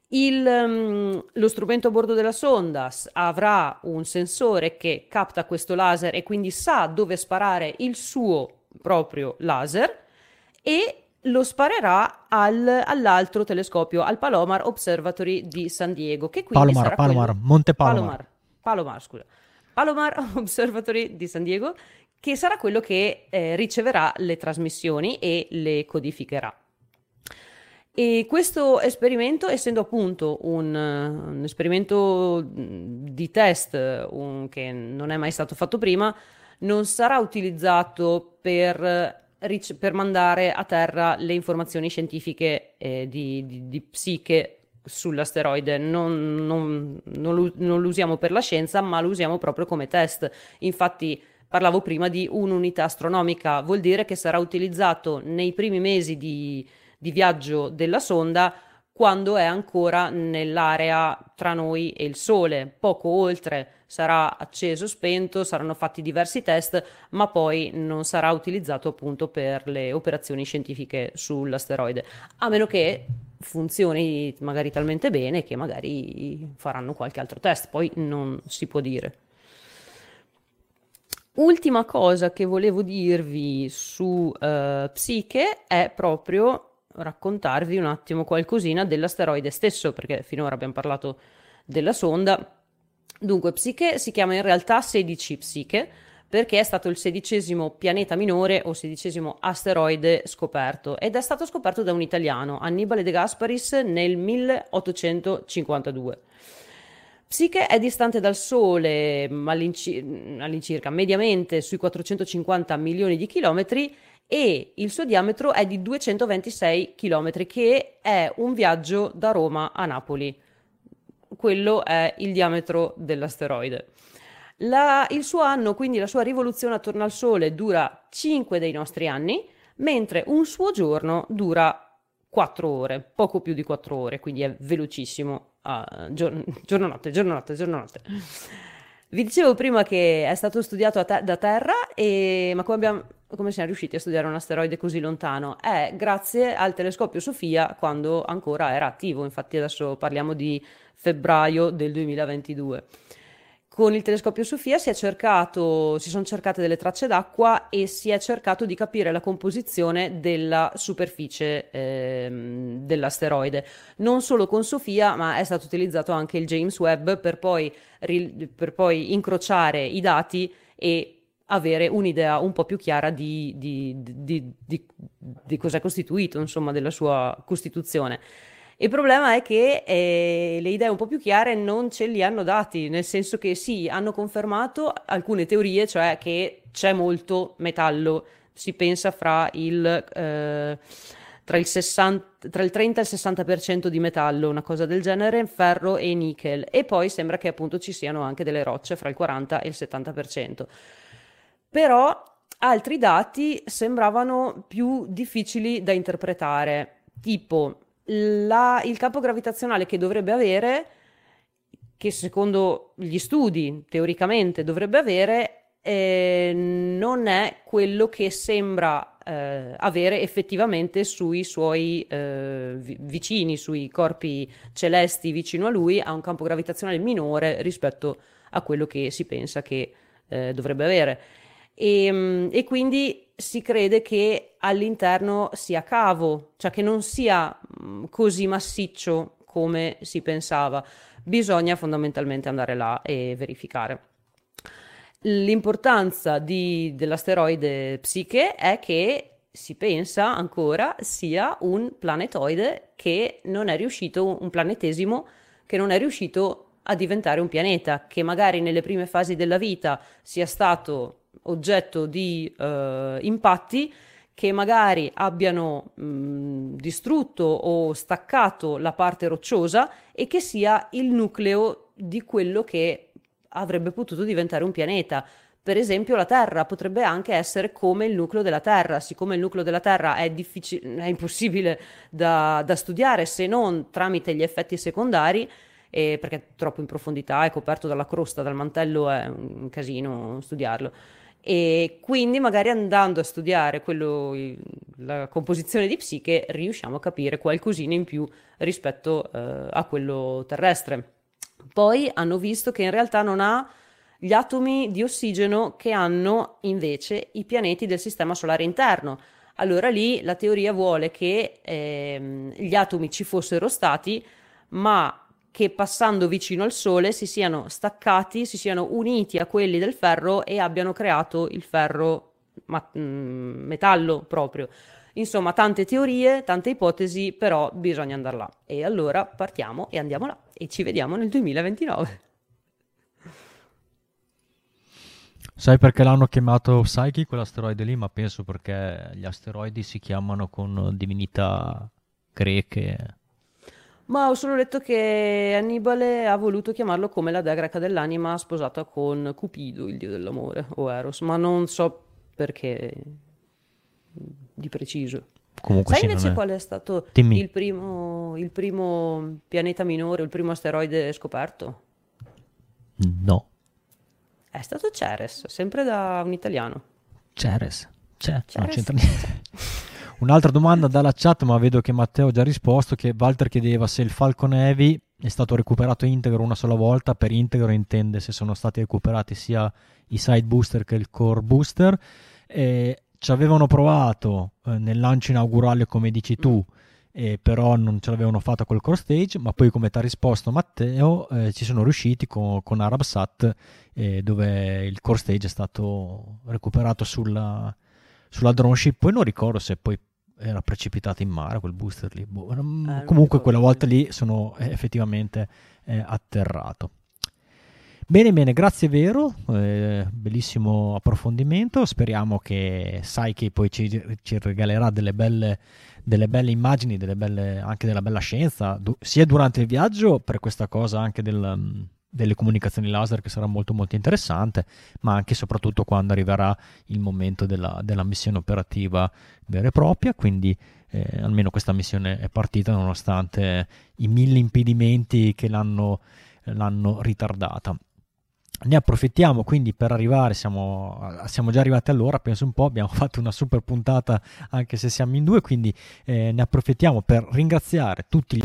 Lo strumento a bordo della sonda avrà un sensore che capta questo laser e quindi sa dove sparare il suo proprio laser e lo sparerà all'altro telescopio, al Palomar Observatory di San Diego, che quindi sarà Monte Palomar. Palomar Observatory di San Diego, che sarà quello che riceverà le trasmissioni e le codificherà. E questo esperimento, essendo appunto un esperimento di test che non è mai stato fatto prima, non sarà utilizzato per mandare a terra le informazioni scientifiche di Psiche sull'asteroide. Non lo usiamo per la scienza, ma lo usiamo proprio come test. Infatti parlavo prima di un'unità astronomica, vuol dire che sarà utilizzato nei primi mesi di viaggio della sonda, quando è ancora nell'area tra noi e il Sole. Poco oltre sarà acceso, spento, saranno fatti diversi test, ma poi non sarà utilizzato appunto per le operazioni scientifiche sull'asteroide, a meno che funzioni magari talmente bene che magari faranno qualche altro test, poi non si può dire. Ultima cosa che volevo dirvi su Psiche è proprio raccontarvi un attimo qualcosina dell'asteroide stesso, perché finora abbiamo parlato della sonda. Dunque, Psiche si chiama in realtà 16 Psiche, perché è stato il 16° pianeta minore o 16° asteroide scoperto, ed è stato scoperto da un italiano, Annibale De Gasparis, nel 1852. Psiche è distante dal Sole all'incirca, mediamente sui 450 milioni di chilometri, e il suo diametro è di 226 chilometri, che è un viaggio da Roma a Napoli. Quello è il diametro dell'asteroide. Il suo anno, quindi la sua rivoluzione attorno al Sole, dura 5 dei nostri anni, mentre un suo giorno dura 4 ore, poco più di 4 ore, quindi è velocissimo. Giorno-notte, giorno-notte, giorno-notte. Vi dicevo prima che è stato studiato da Terra, ma come siamo riusciti a studiare un asteroide così lontano? Grazie al telescopio SOFIA, quando ancora era attivo. Infatti adesso parliamo di febbraio del 2022. Con il telescopio SOFIA si sono cercate delle tracce d'acqua e si è cercato di capire la composizione della superficie dell'asteroide. Non solo con SOFIA, ma è stato utilizzato anche il James Webb per poi incrociare i dati e avere un'idea un po' più chiara di cosa è costituito, insomma, della sua costituzione. Il problema è che le idee un po' più chiare non ce li hanno dati, nel senso che sì, hanno confermato alcune teorie, cioè che c'è molto metallo. Si pensa tra il 30 e il 60% di metallo, una cosa del genere, ferro e nickel. E poi sembra che appunto ci siano anche delle rocce fra il 40 e il 70%. Però altri dati sembravano più difficili da interpretare, tipo il campo gravitazionale che dovrebbe avere, che secondo gli studi teoricamente dovrebbe avere, non è quello che sembra avere effettivamente sui suoi vicini, sui corpi celesti vicino a lui. Ha un campo gravitazionale minore rispetto a quello che si pensa che dovrebbe avere. E quindi si crede che all'interno sia cavo, cioè che non sia così massiccio come si pensava. Bisogna fondamentalmente andare là e verificare. L'importanza dell'asteroide Psiche è che si pensa ancora sia un planetoide che non è riuscito, un planetesimo che non è riuscito a diventare un pianeta, che magari nelle prime fasi della vita sia stato oggetto di impatti che magari abbiano distrutto o staccato la parte rocciosa e che sia il nucleo di quello che avrebbe potuto diventare un pianeta. Per esempio la Terra potrebbe anche essere come il nucleo della Terra. Siccome il nucleo della Terra è impossibile da studiare se non tramite gli effetti secondari, perché è troppo in profondità, è coperto dalla crosta, dal mantello, è un casino studiarlo. E quindi magari andando a studiare la composizione di Psiche riusciamo a capire qualcosina in più rispetto a quello terrestre. Poi hanno visto che in realtà non ha gli atomi di ossigeno che hanno invece i pianeti del sistema solare interno. Allora lì la teoria vuole che gli atomi ci fossero stati, ma che passando vicino al Sole si siano staccati, si siano uniti a quelli del ferro e abbiano creato il ferro metallo proprio. Insomma, tante teorie, tante ipotesi, però bisogna andare là. E allora partiamo e andiamo là e ci vediamo nel 2029. Sai perché l'hanno chiamato Psyche quell'asteroide lì? Ma penso perché gli asteroidi si chiamano con divinità greche. Ma ho solo letto che Annibale ha voluto chiamarlo come la dea greca dell'anima sposata con Cupido, il dio dell'amore, o Eros, ma non so perché di preciso. Comunque Sai sì, non invece è. qual è stato Dimmi. il primo pianeta minore, il primo asteroide scoperto? No. È stato Ceres, sempre da un italiano. Ceres. Non Ceres? c'entra niente. Un'altra domanda dalla chat, ma vedo che Matteo ha già risposto, che Walter chiedeva se il Falcon Heavy è stato recuperato integro una sola volta. Per integro intende se sono stati recuperati sia i side booster che il core booster. Ci avevano provato nel lancio inaugurale, come dici Mm. tu, però non ce l'avevano fatta col core stage, ma poi come ti ha risposto Matteo, ci sono riusciti con Arabsat, dove il core stage è stato recuperato sulla drone ship. Poi non ricordo se poi era precipitato in mare quel booster lì. Boh, Non comunque quella ricordo volta bene. lì sono effettivamente atterrato. Bene, bene, grazie Vero, bellissimo approfondimento. Speriamo che sai che poi ci regalerà delle belle immagini, anche della bella scienza, sia durante il viaggio per questa cosa anche delle comunicazioni laser, che sarà molto molto interessante, ma anche e soprattutto quando arriverà il momento della missione operativa vera e propria. Quindi almeno questa missione è partita nonostante i 1000 impedimenti che l'hanno ritardata. Ne approfittiamo quindi per arrivare, siamo già arrivati all'ora, penso un po', abbiamo fatto una super puntata anche se siamo in due, quindi ne approfittiamo per ringraziare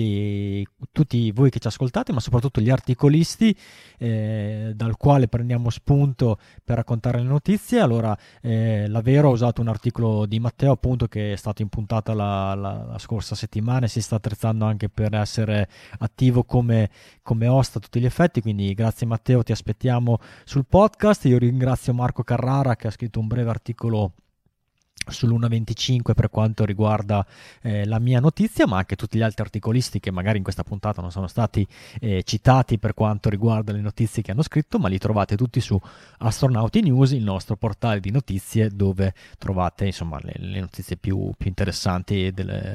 tutti voi che ci ascoltate, ma soprattutto gli articolisti, dal quale prendiamo spunto per raccontare le notizie. Allora, la Vero ha usato un articolo di Matteo, appunto, che è stato in puntata la scorsa settimana, e si sta attrezzando anche per essere attivo come host a tutti gli effetti, quindi grazie Matteo, ti aspettiamo sul podcast. Io ringrazio Marco Carrara, che ha scritto un breve articolo sull'1.25 per quanto riguarda la mia notizia, ma anche tutti gli altri articolisti che magari in questa puntata non sono stati citati per quanto riguarda le notizie che hanno scritto, ma li trovate tutti su Astronauti News, il nostro portale di notizie, dove trovate insomma le notizie più interessanti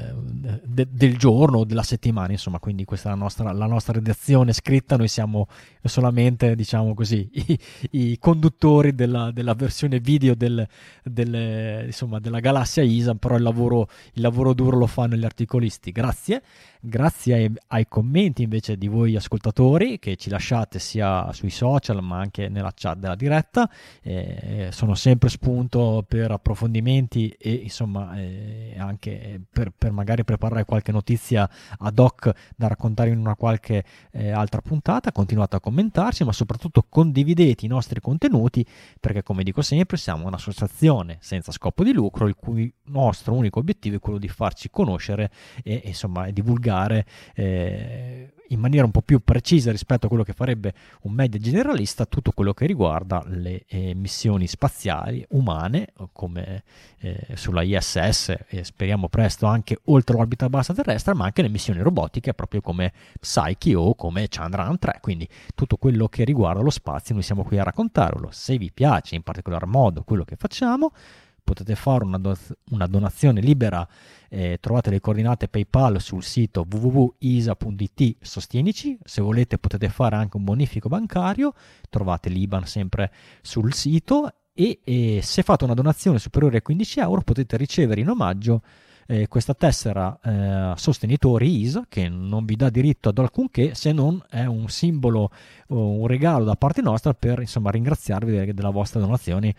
del giorno o della settimana, insomma. Quindi questa è la nostra redazione scritta. Noi siamo solamente, diciamo così, i conduttori della versione video insomma, della galassia ISA, però il lavoro duro lo fanno gli articolisti. Grazie ai commenti invece di voi ascoltatori, che ci lasciate sia sui social ma anche nella chat della diretta. Sono sempre spunto per approfondimenti e insomma anche per magari preparare qualche notizia ad hoc da raccontare in una qualche altra puntata. Continuate a commentarci, ma soprattutto condividete i nostri contenuti, perché come dico sempre siamo un'associazione senza scopo di lucro, il cui nostro unico obiettivo è quello di farci conoscere e insomma divulgare in maniera un po' più precisa rispetto a quello che farebbe un media generalista tutto quello che riguarda le missioni spaziali umane, come sulla ISS, e speriamo presto anche oltre l'orbita bassa terrestre, ma anche le missioni robotiche proprio come Psyche o come Chandrayaan 3. Quindi tutto quello che riguarda lo spazio noi siamo qui a raccontarvelo. Se vi piace in particolar modo quello che facciamo, potete fare una donazione libera. Trovate le coordinate PayPal sul sito www.isa.it sostienici. Se volete potete fare anche un bonifico bancario, trovate l'IBAN sempre sul sito, e se fate una donazione superiore a 15 euro potete ricevere in omaggio questa tessera sostenitori ISA, che non vi dà diritto ad alcunché se non è un simbolo o un regalo da parte nostra per insomma ringraziarvi della vostra donazione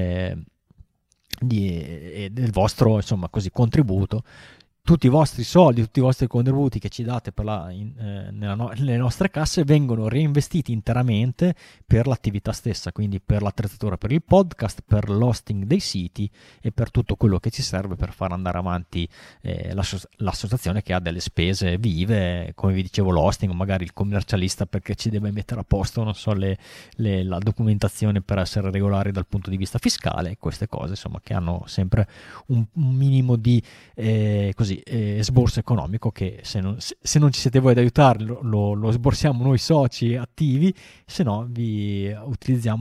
e del vostro insomma così contributo. Tutti i vostri soldi, tutti i vostri contributi che ci date nelle nostre casse vengono reinvestiti interamente per l'attività stessa, quindi per l'attrezzatura per il podcast, per l'hosting dei siti e per tutto quello che ci serve per far andare avanti l'associazione, che ha delle spese vive, come vi dicevo l'hosting, o magari il commercialista perché ci deve mettere a posto, non so, la documentazione per essere regolari dal punto di vista fiscale, queste cose insomma che hanno sempre un minimo di sborso economico, che se non ci siete voi ad aiutarlo lo sborsiamo noi soci attivi, se no vi utilizziamo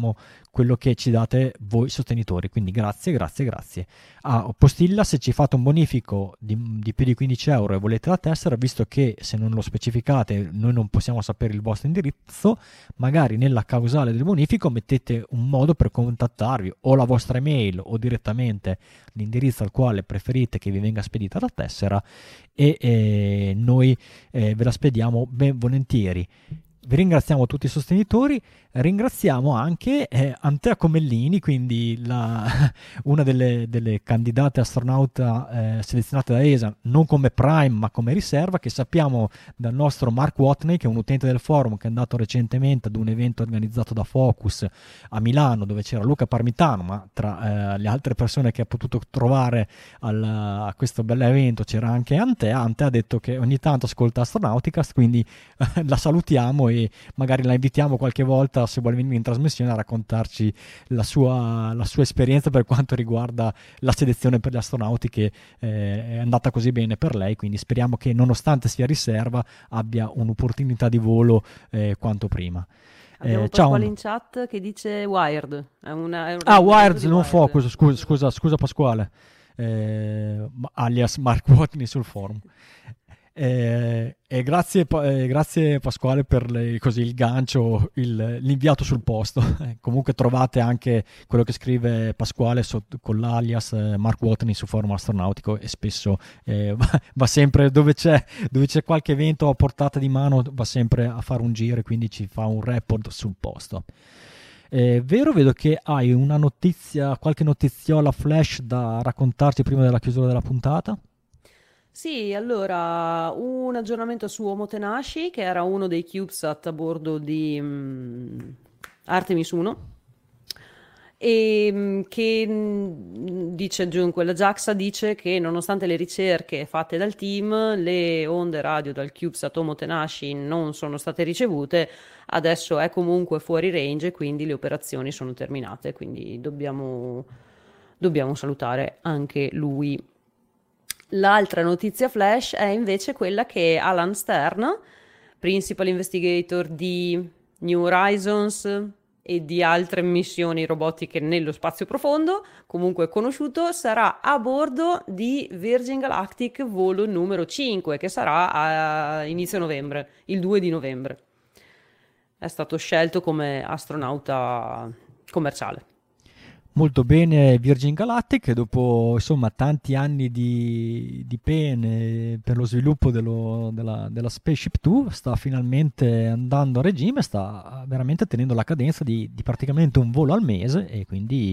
quello che ci date voi sostenitori, quindi grazie, grazie, grazie. A Postilla, se ci fate un bonifico di più di 15 euro e volete la tessera, visto che se non lo specificate noi non possiamo sapere il vostro indirizzo, magari nella causale del bonifico mettete un modo per contattarvi, o la vostra email o direttamente l'indirizzo al quale preferite che vi venga spedita la tessera, e noi ve la spediamo ben volentieri. Vi ringraziamo tutti i sostenitori, ringraziamo anche Antea Comellini, quindi una delle candidate astronauta selezionate da ESA, non come prime ma come riserva, che sappiamo dal nostro Mark Watney, che è un utente del forum che è andato recentemente ad un evento organizzato da Focus a Milano, dove c'era Luca Parmitano, ma tra le altre persone che ha potuto trovare a questo bell'evento c'era anche Antea. Antea ha detto che ogni tanto ascolta Astronauticast, quindi la salutiamo e magari la invitiamo qualche volta, se vuole venire in trasmissione, a raccontarci la sua esperienza per quanto riguarda la selezione per gli astronauti, che è andata così bene per lei, quindi speriamo che nonostante sia riserva abbia un'opportunità di volo quanto prima. Abbiamo Pasquale in chat che dice Wired. È Wired, non Focus, scusa Pasquale, alias Mark Watney sul forum. E grazie Pasquale per il gancio, l'inviato sul posto. Comunque trovate anche quello che scrive Pasquale con l'alias Mark Watney su forum astronautico, e spesso va sempre dove c'è qualche evento a portata di mano, va sempre a fare un giro e quindi ci fa un report sul posto. Vero, vedo che hai una notizia, qualche notiziola flash da raccontarci prima della chiusura della puntata. Sì, allora, un aggiornamento su Omotenashi, che era uno dei CubeSat a bordo di Artemis 1, e dice giunque, la JAXA dice che nonostante le ricerche fatte dal team, le onde radio dal CubeSat Omotenashi non sono state ricevute, adesso è comunque fuori range e quindi le operazioni sono terminate, quindi dobbiamo salutare anche lui. L'altra notizia flash è invece quella che Alan Stern, principal investigator di New Horizons e di altre missioni robotiche nello spazio profondo, comunque conosciuto, sarà a bordo di Virgin Galactic volo numero 5, che sarà a inizio novembre, il 2 di novembre. È stato scelto come astronauta commerciale. Molto bene Virgin Galactic, dopo insomma tanti anni di pene per lo sviluppo della Spaceship 2, sta finalmente andando a regime, sta veramente tenendo la cadenza di praticamente un volo al mese, e quindi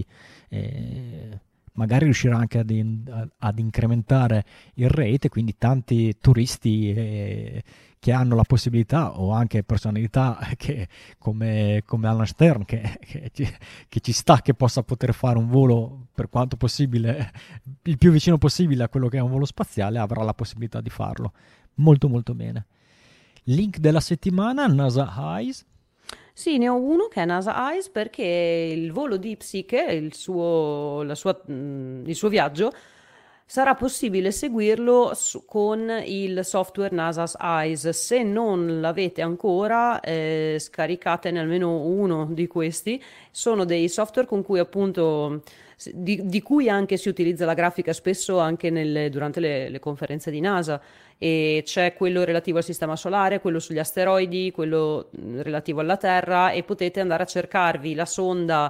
magari riuscirà anche ad incrementare il rate, quindi tanti turisti che hanno la possibilità, o anche personalità che, come Alan Stern, che ci sta, che poter fare un volo per quanto possibile il più vicino possibile a quello che è un volo spaziale, avrà la possibilità di farlo. Molto molto bene. Link della settimana, NASA Eyes. Sì, ne ho uno che è NASA Eyes, perché il volo di Psyche, il suo viaggio, sarà possibile seguirlo con il software NASA's Eyes. Se non l'avete ancora, scaricatene almeno uno di questi. Sono dei software con cui appunto di cui anche si utilizza la grafica spesso anche durante le conferenze di NASA, e c'è quello relativo al sistema solare, quello sugli asteroidi, quello relativo alla Terra, e potete andare a cercarvi la sonda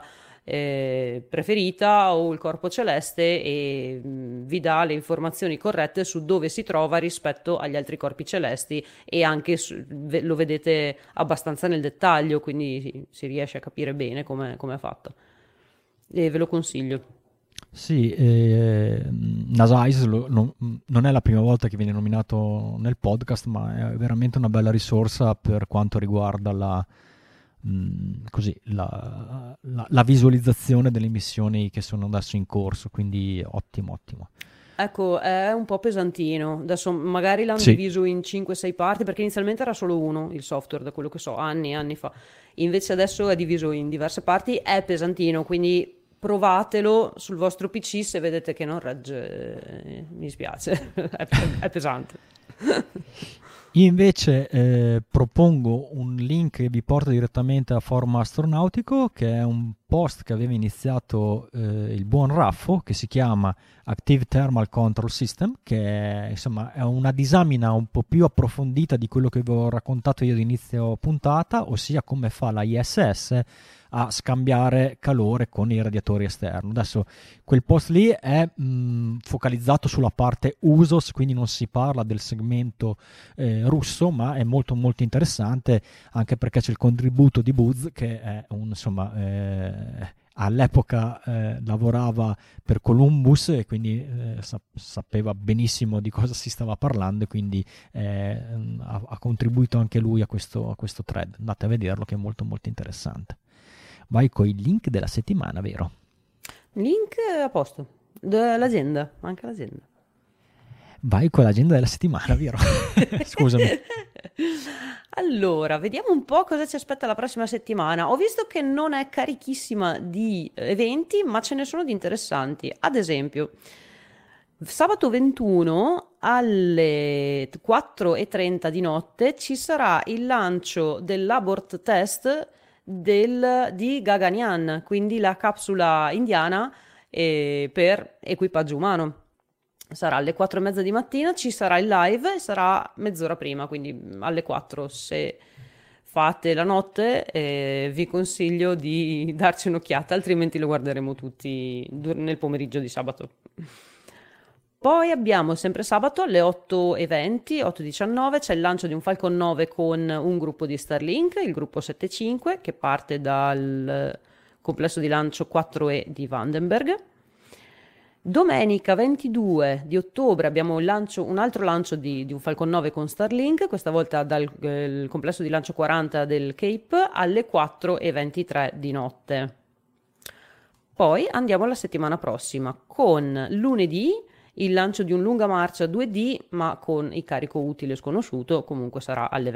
preferita o il corpo celeste, e vi dà le informazioni corrette su dove si trova rispetto agli altri corpi celesti, e anche lo vedete abbastanza nel dettaglio, quindi si riesce a capire bene come è fatta, e ve lo consiglio. Sì, NASA Eyes non è la prima volta che viene nominato nel podcast, ma è veramente una bella risorsa per quanto riguarda la visualizzazione delle missioni che sono adesso in corso, quindi ottimo. Ecco, è un po' pesantino. Adesso magari l'hanno diviso in 5-6 parti, perché inizialmente era solo uno il software, da quello che so, anni e anni fa. Invece adesso è diviso in diverse parti, è pesantino, quindi provatelo sul vostro PC, se vedete che non regge, mi spiace, è pesante. Io invece propongo un link che vi porta direttamente a Forum Astronautico, che è un post che aveva iniziato il buon Raffo, che si chiama Active Thermal Control System, che è, insomma, è una disamina un po' più approfondita di quello che vi ho raccontato io all'inizio puntata, ossia come fa la ISS a scambiare calore con i radiatori esterni. Adesso quel post lì è focalizzato sulla parte USOS, quindi non si parla del segmento russo, ma è molto molto interessante anche perché c'è il contributo di Buzz, che è un, insomma, all'epoca lavorava per Columbus e quindi sapeva benissimo di cosa si stava parlando, e quindi ha contribuito anche lui a questo thread. Andate a vederlo, che è molto molto interessante. Vai con il link della settimana, vero? Link a posto. L'agenda, manca l'agenda. Vai con l'agenda della settimana, vero? Scusami. Allora, vediamo un po' cosa ci aspetta la prossima settimana. Ho visto che non è carichissima di eventi, ma ce ne sono di interessanti. Ad esempio, sabato 21 alle 4:30 di notte ci sarà il lancio dell'Abort Test di Gaganyaan, quindi la capsula indiana per equipaggio umano. Sarà alle 4:30 di mattina, ci sarà il live e sarà mezz'ora prima, quindi alle 4. Se fate la notte vi consiglio di darci un'occhiata, altrimenti lo guarderemo tutti nel pomeriggio di sabato. Poi abbiamo sempre sabato alle 8:20, 8:19, c'è il lancio di un Falcon 9 con un gruppo di Starlink, il gruppo 75, che parte dal complesso di lancio 4E di Vandenberg. Domenica 22 di ottobre abbiamo un altro lancio di un Falcon 9 con Starlink, questa volta dal complesso di lancio 40 del Cape alle 4:23 di notte. Poi andiamo alla settimana prossima, con lunedì il lancio di un lunga marcia 2D, ma con il carico utile sconosciuto, comunque sarà alle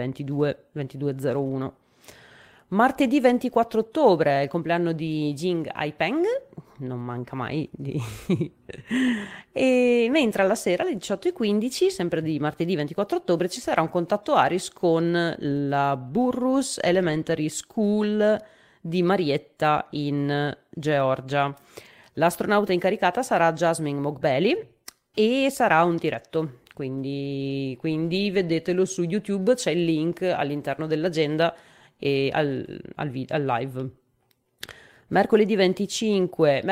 22:01. Martedì 24 ottobre è il compleanno di Jing Aipeng, non manca mai e mentre alla sera alle 18:15, sempre di martedì 24 ottobre, ci sarà un contatto ARIS con la Burrus Elementary School di Marietta in Georgia. L'astronauta incaricata sarà Jasmine Mogbeli e sarà un diretto, quindi vedetelo su YouTube, c'è il link all'interno dell'agenda e al live. Mercoledì 25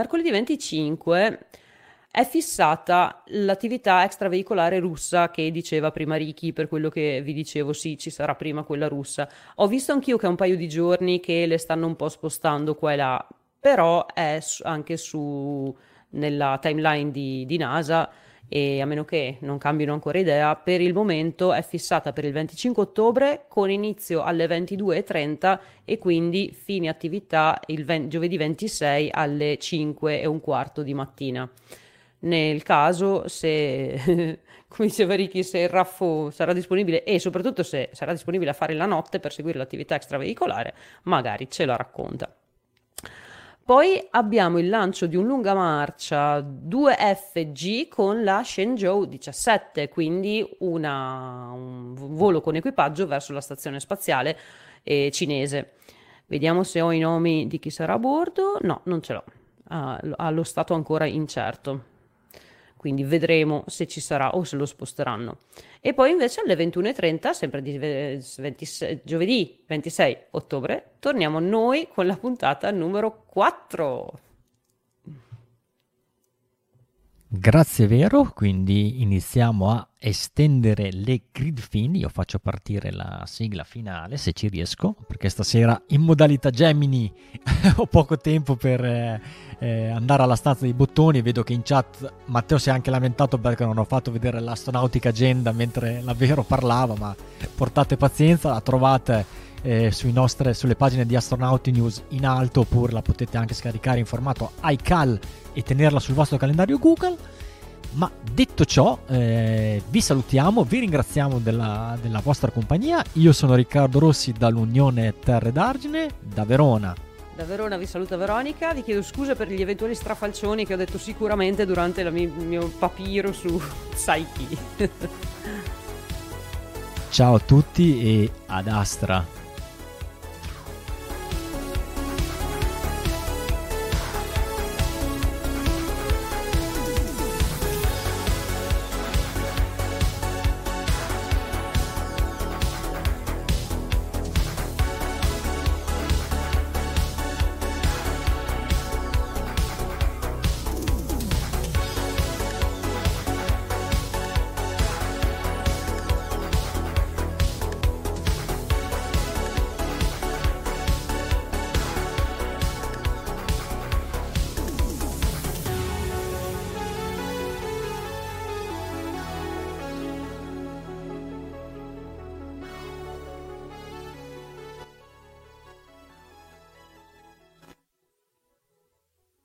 è fissata l'attività extraveicolare russa che diceva prima Ricky, per quello che vi dicevo, sì, ci sarà prima quella russa. Ho visto anch'io che è un paio di giorni che le stanno un po' spostando qua e là, però è anche nella timeline di NASA, e a meno che non cambino ancora idea, per il momento è fissata per il 25 ottobre con inizio alle 22:30 e quindi fine attività giovedì 26 alle 5:15 di mattina. Nel caso, se come diceva Ricky, se il Raffo sarà disponibile e soprattutto se sarà disponibile a fare la notte per seguire l'attività extraveicolare, magari ce la racconta. Poi abbiamo il lancio di un lunga marcia 2FG con la Shenzhou 17, quindi un volo con equipaggio verso la stazione spaziale cinese. Vediamo se ho i nomi di chi sarà a bordo. No, non ce l'ho. Allo stato ancora incerto. Quindi vedremo se ci sarà o se lo sposteranno. E poi invece alle 21:30, sempre di giovedì 26 ottobre, torniamo noi con la puntata numero 4. Grazie, vero, quindi iniziamo a estendere le grid fin. Io faccio partire la sigla finale se ci riesco, perché stasera in modalità Gemini ho poco tempo per andare alla stanza dei bottoni. Vedo che in chat Matteo si è anche lamentato perché non ho fatto vedere l'Astronautica Agenda mentre la Vero parlava, ma portate pazienza, la trovate sulle pagine di Astronauti News in alto, oppure la potete anche scaricare in formato iCal e tenerla sul vostro calendario Google. Ma detto ciò, vi salutiamo, vi ringraziamo della vostra compagnia. Io sono Riccardo Rossi dall'Unione Terre d'Argine, da Verona. Da Verona vi saluta Veronica, vi chiedo scusa per gli eventuali strafalcioni che ho detto sicuramente durante il mio papiro su Psyche. Ciao a tutti e ad Astra.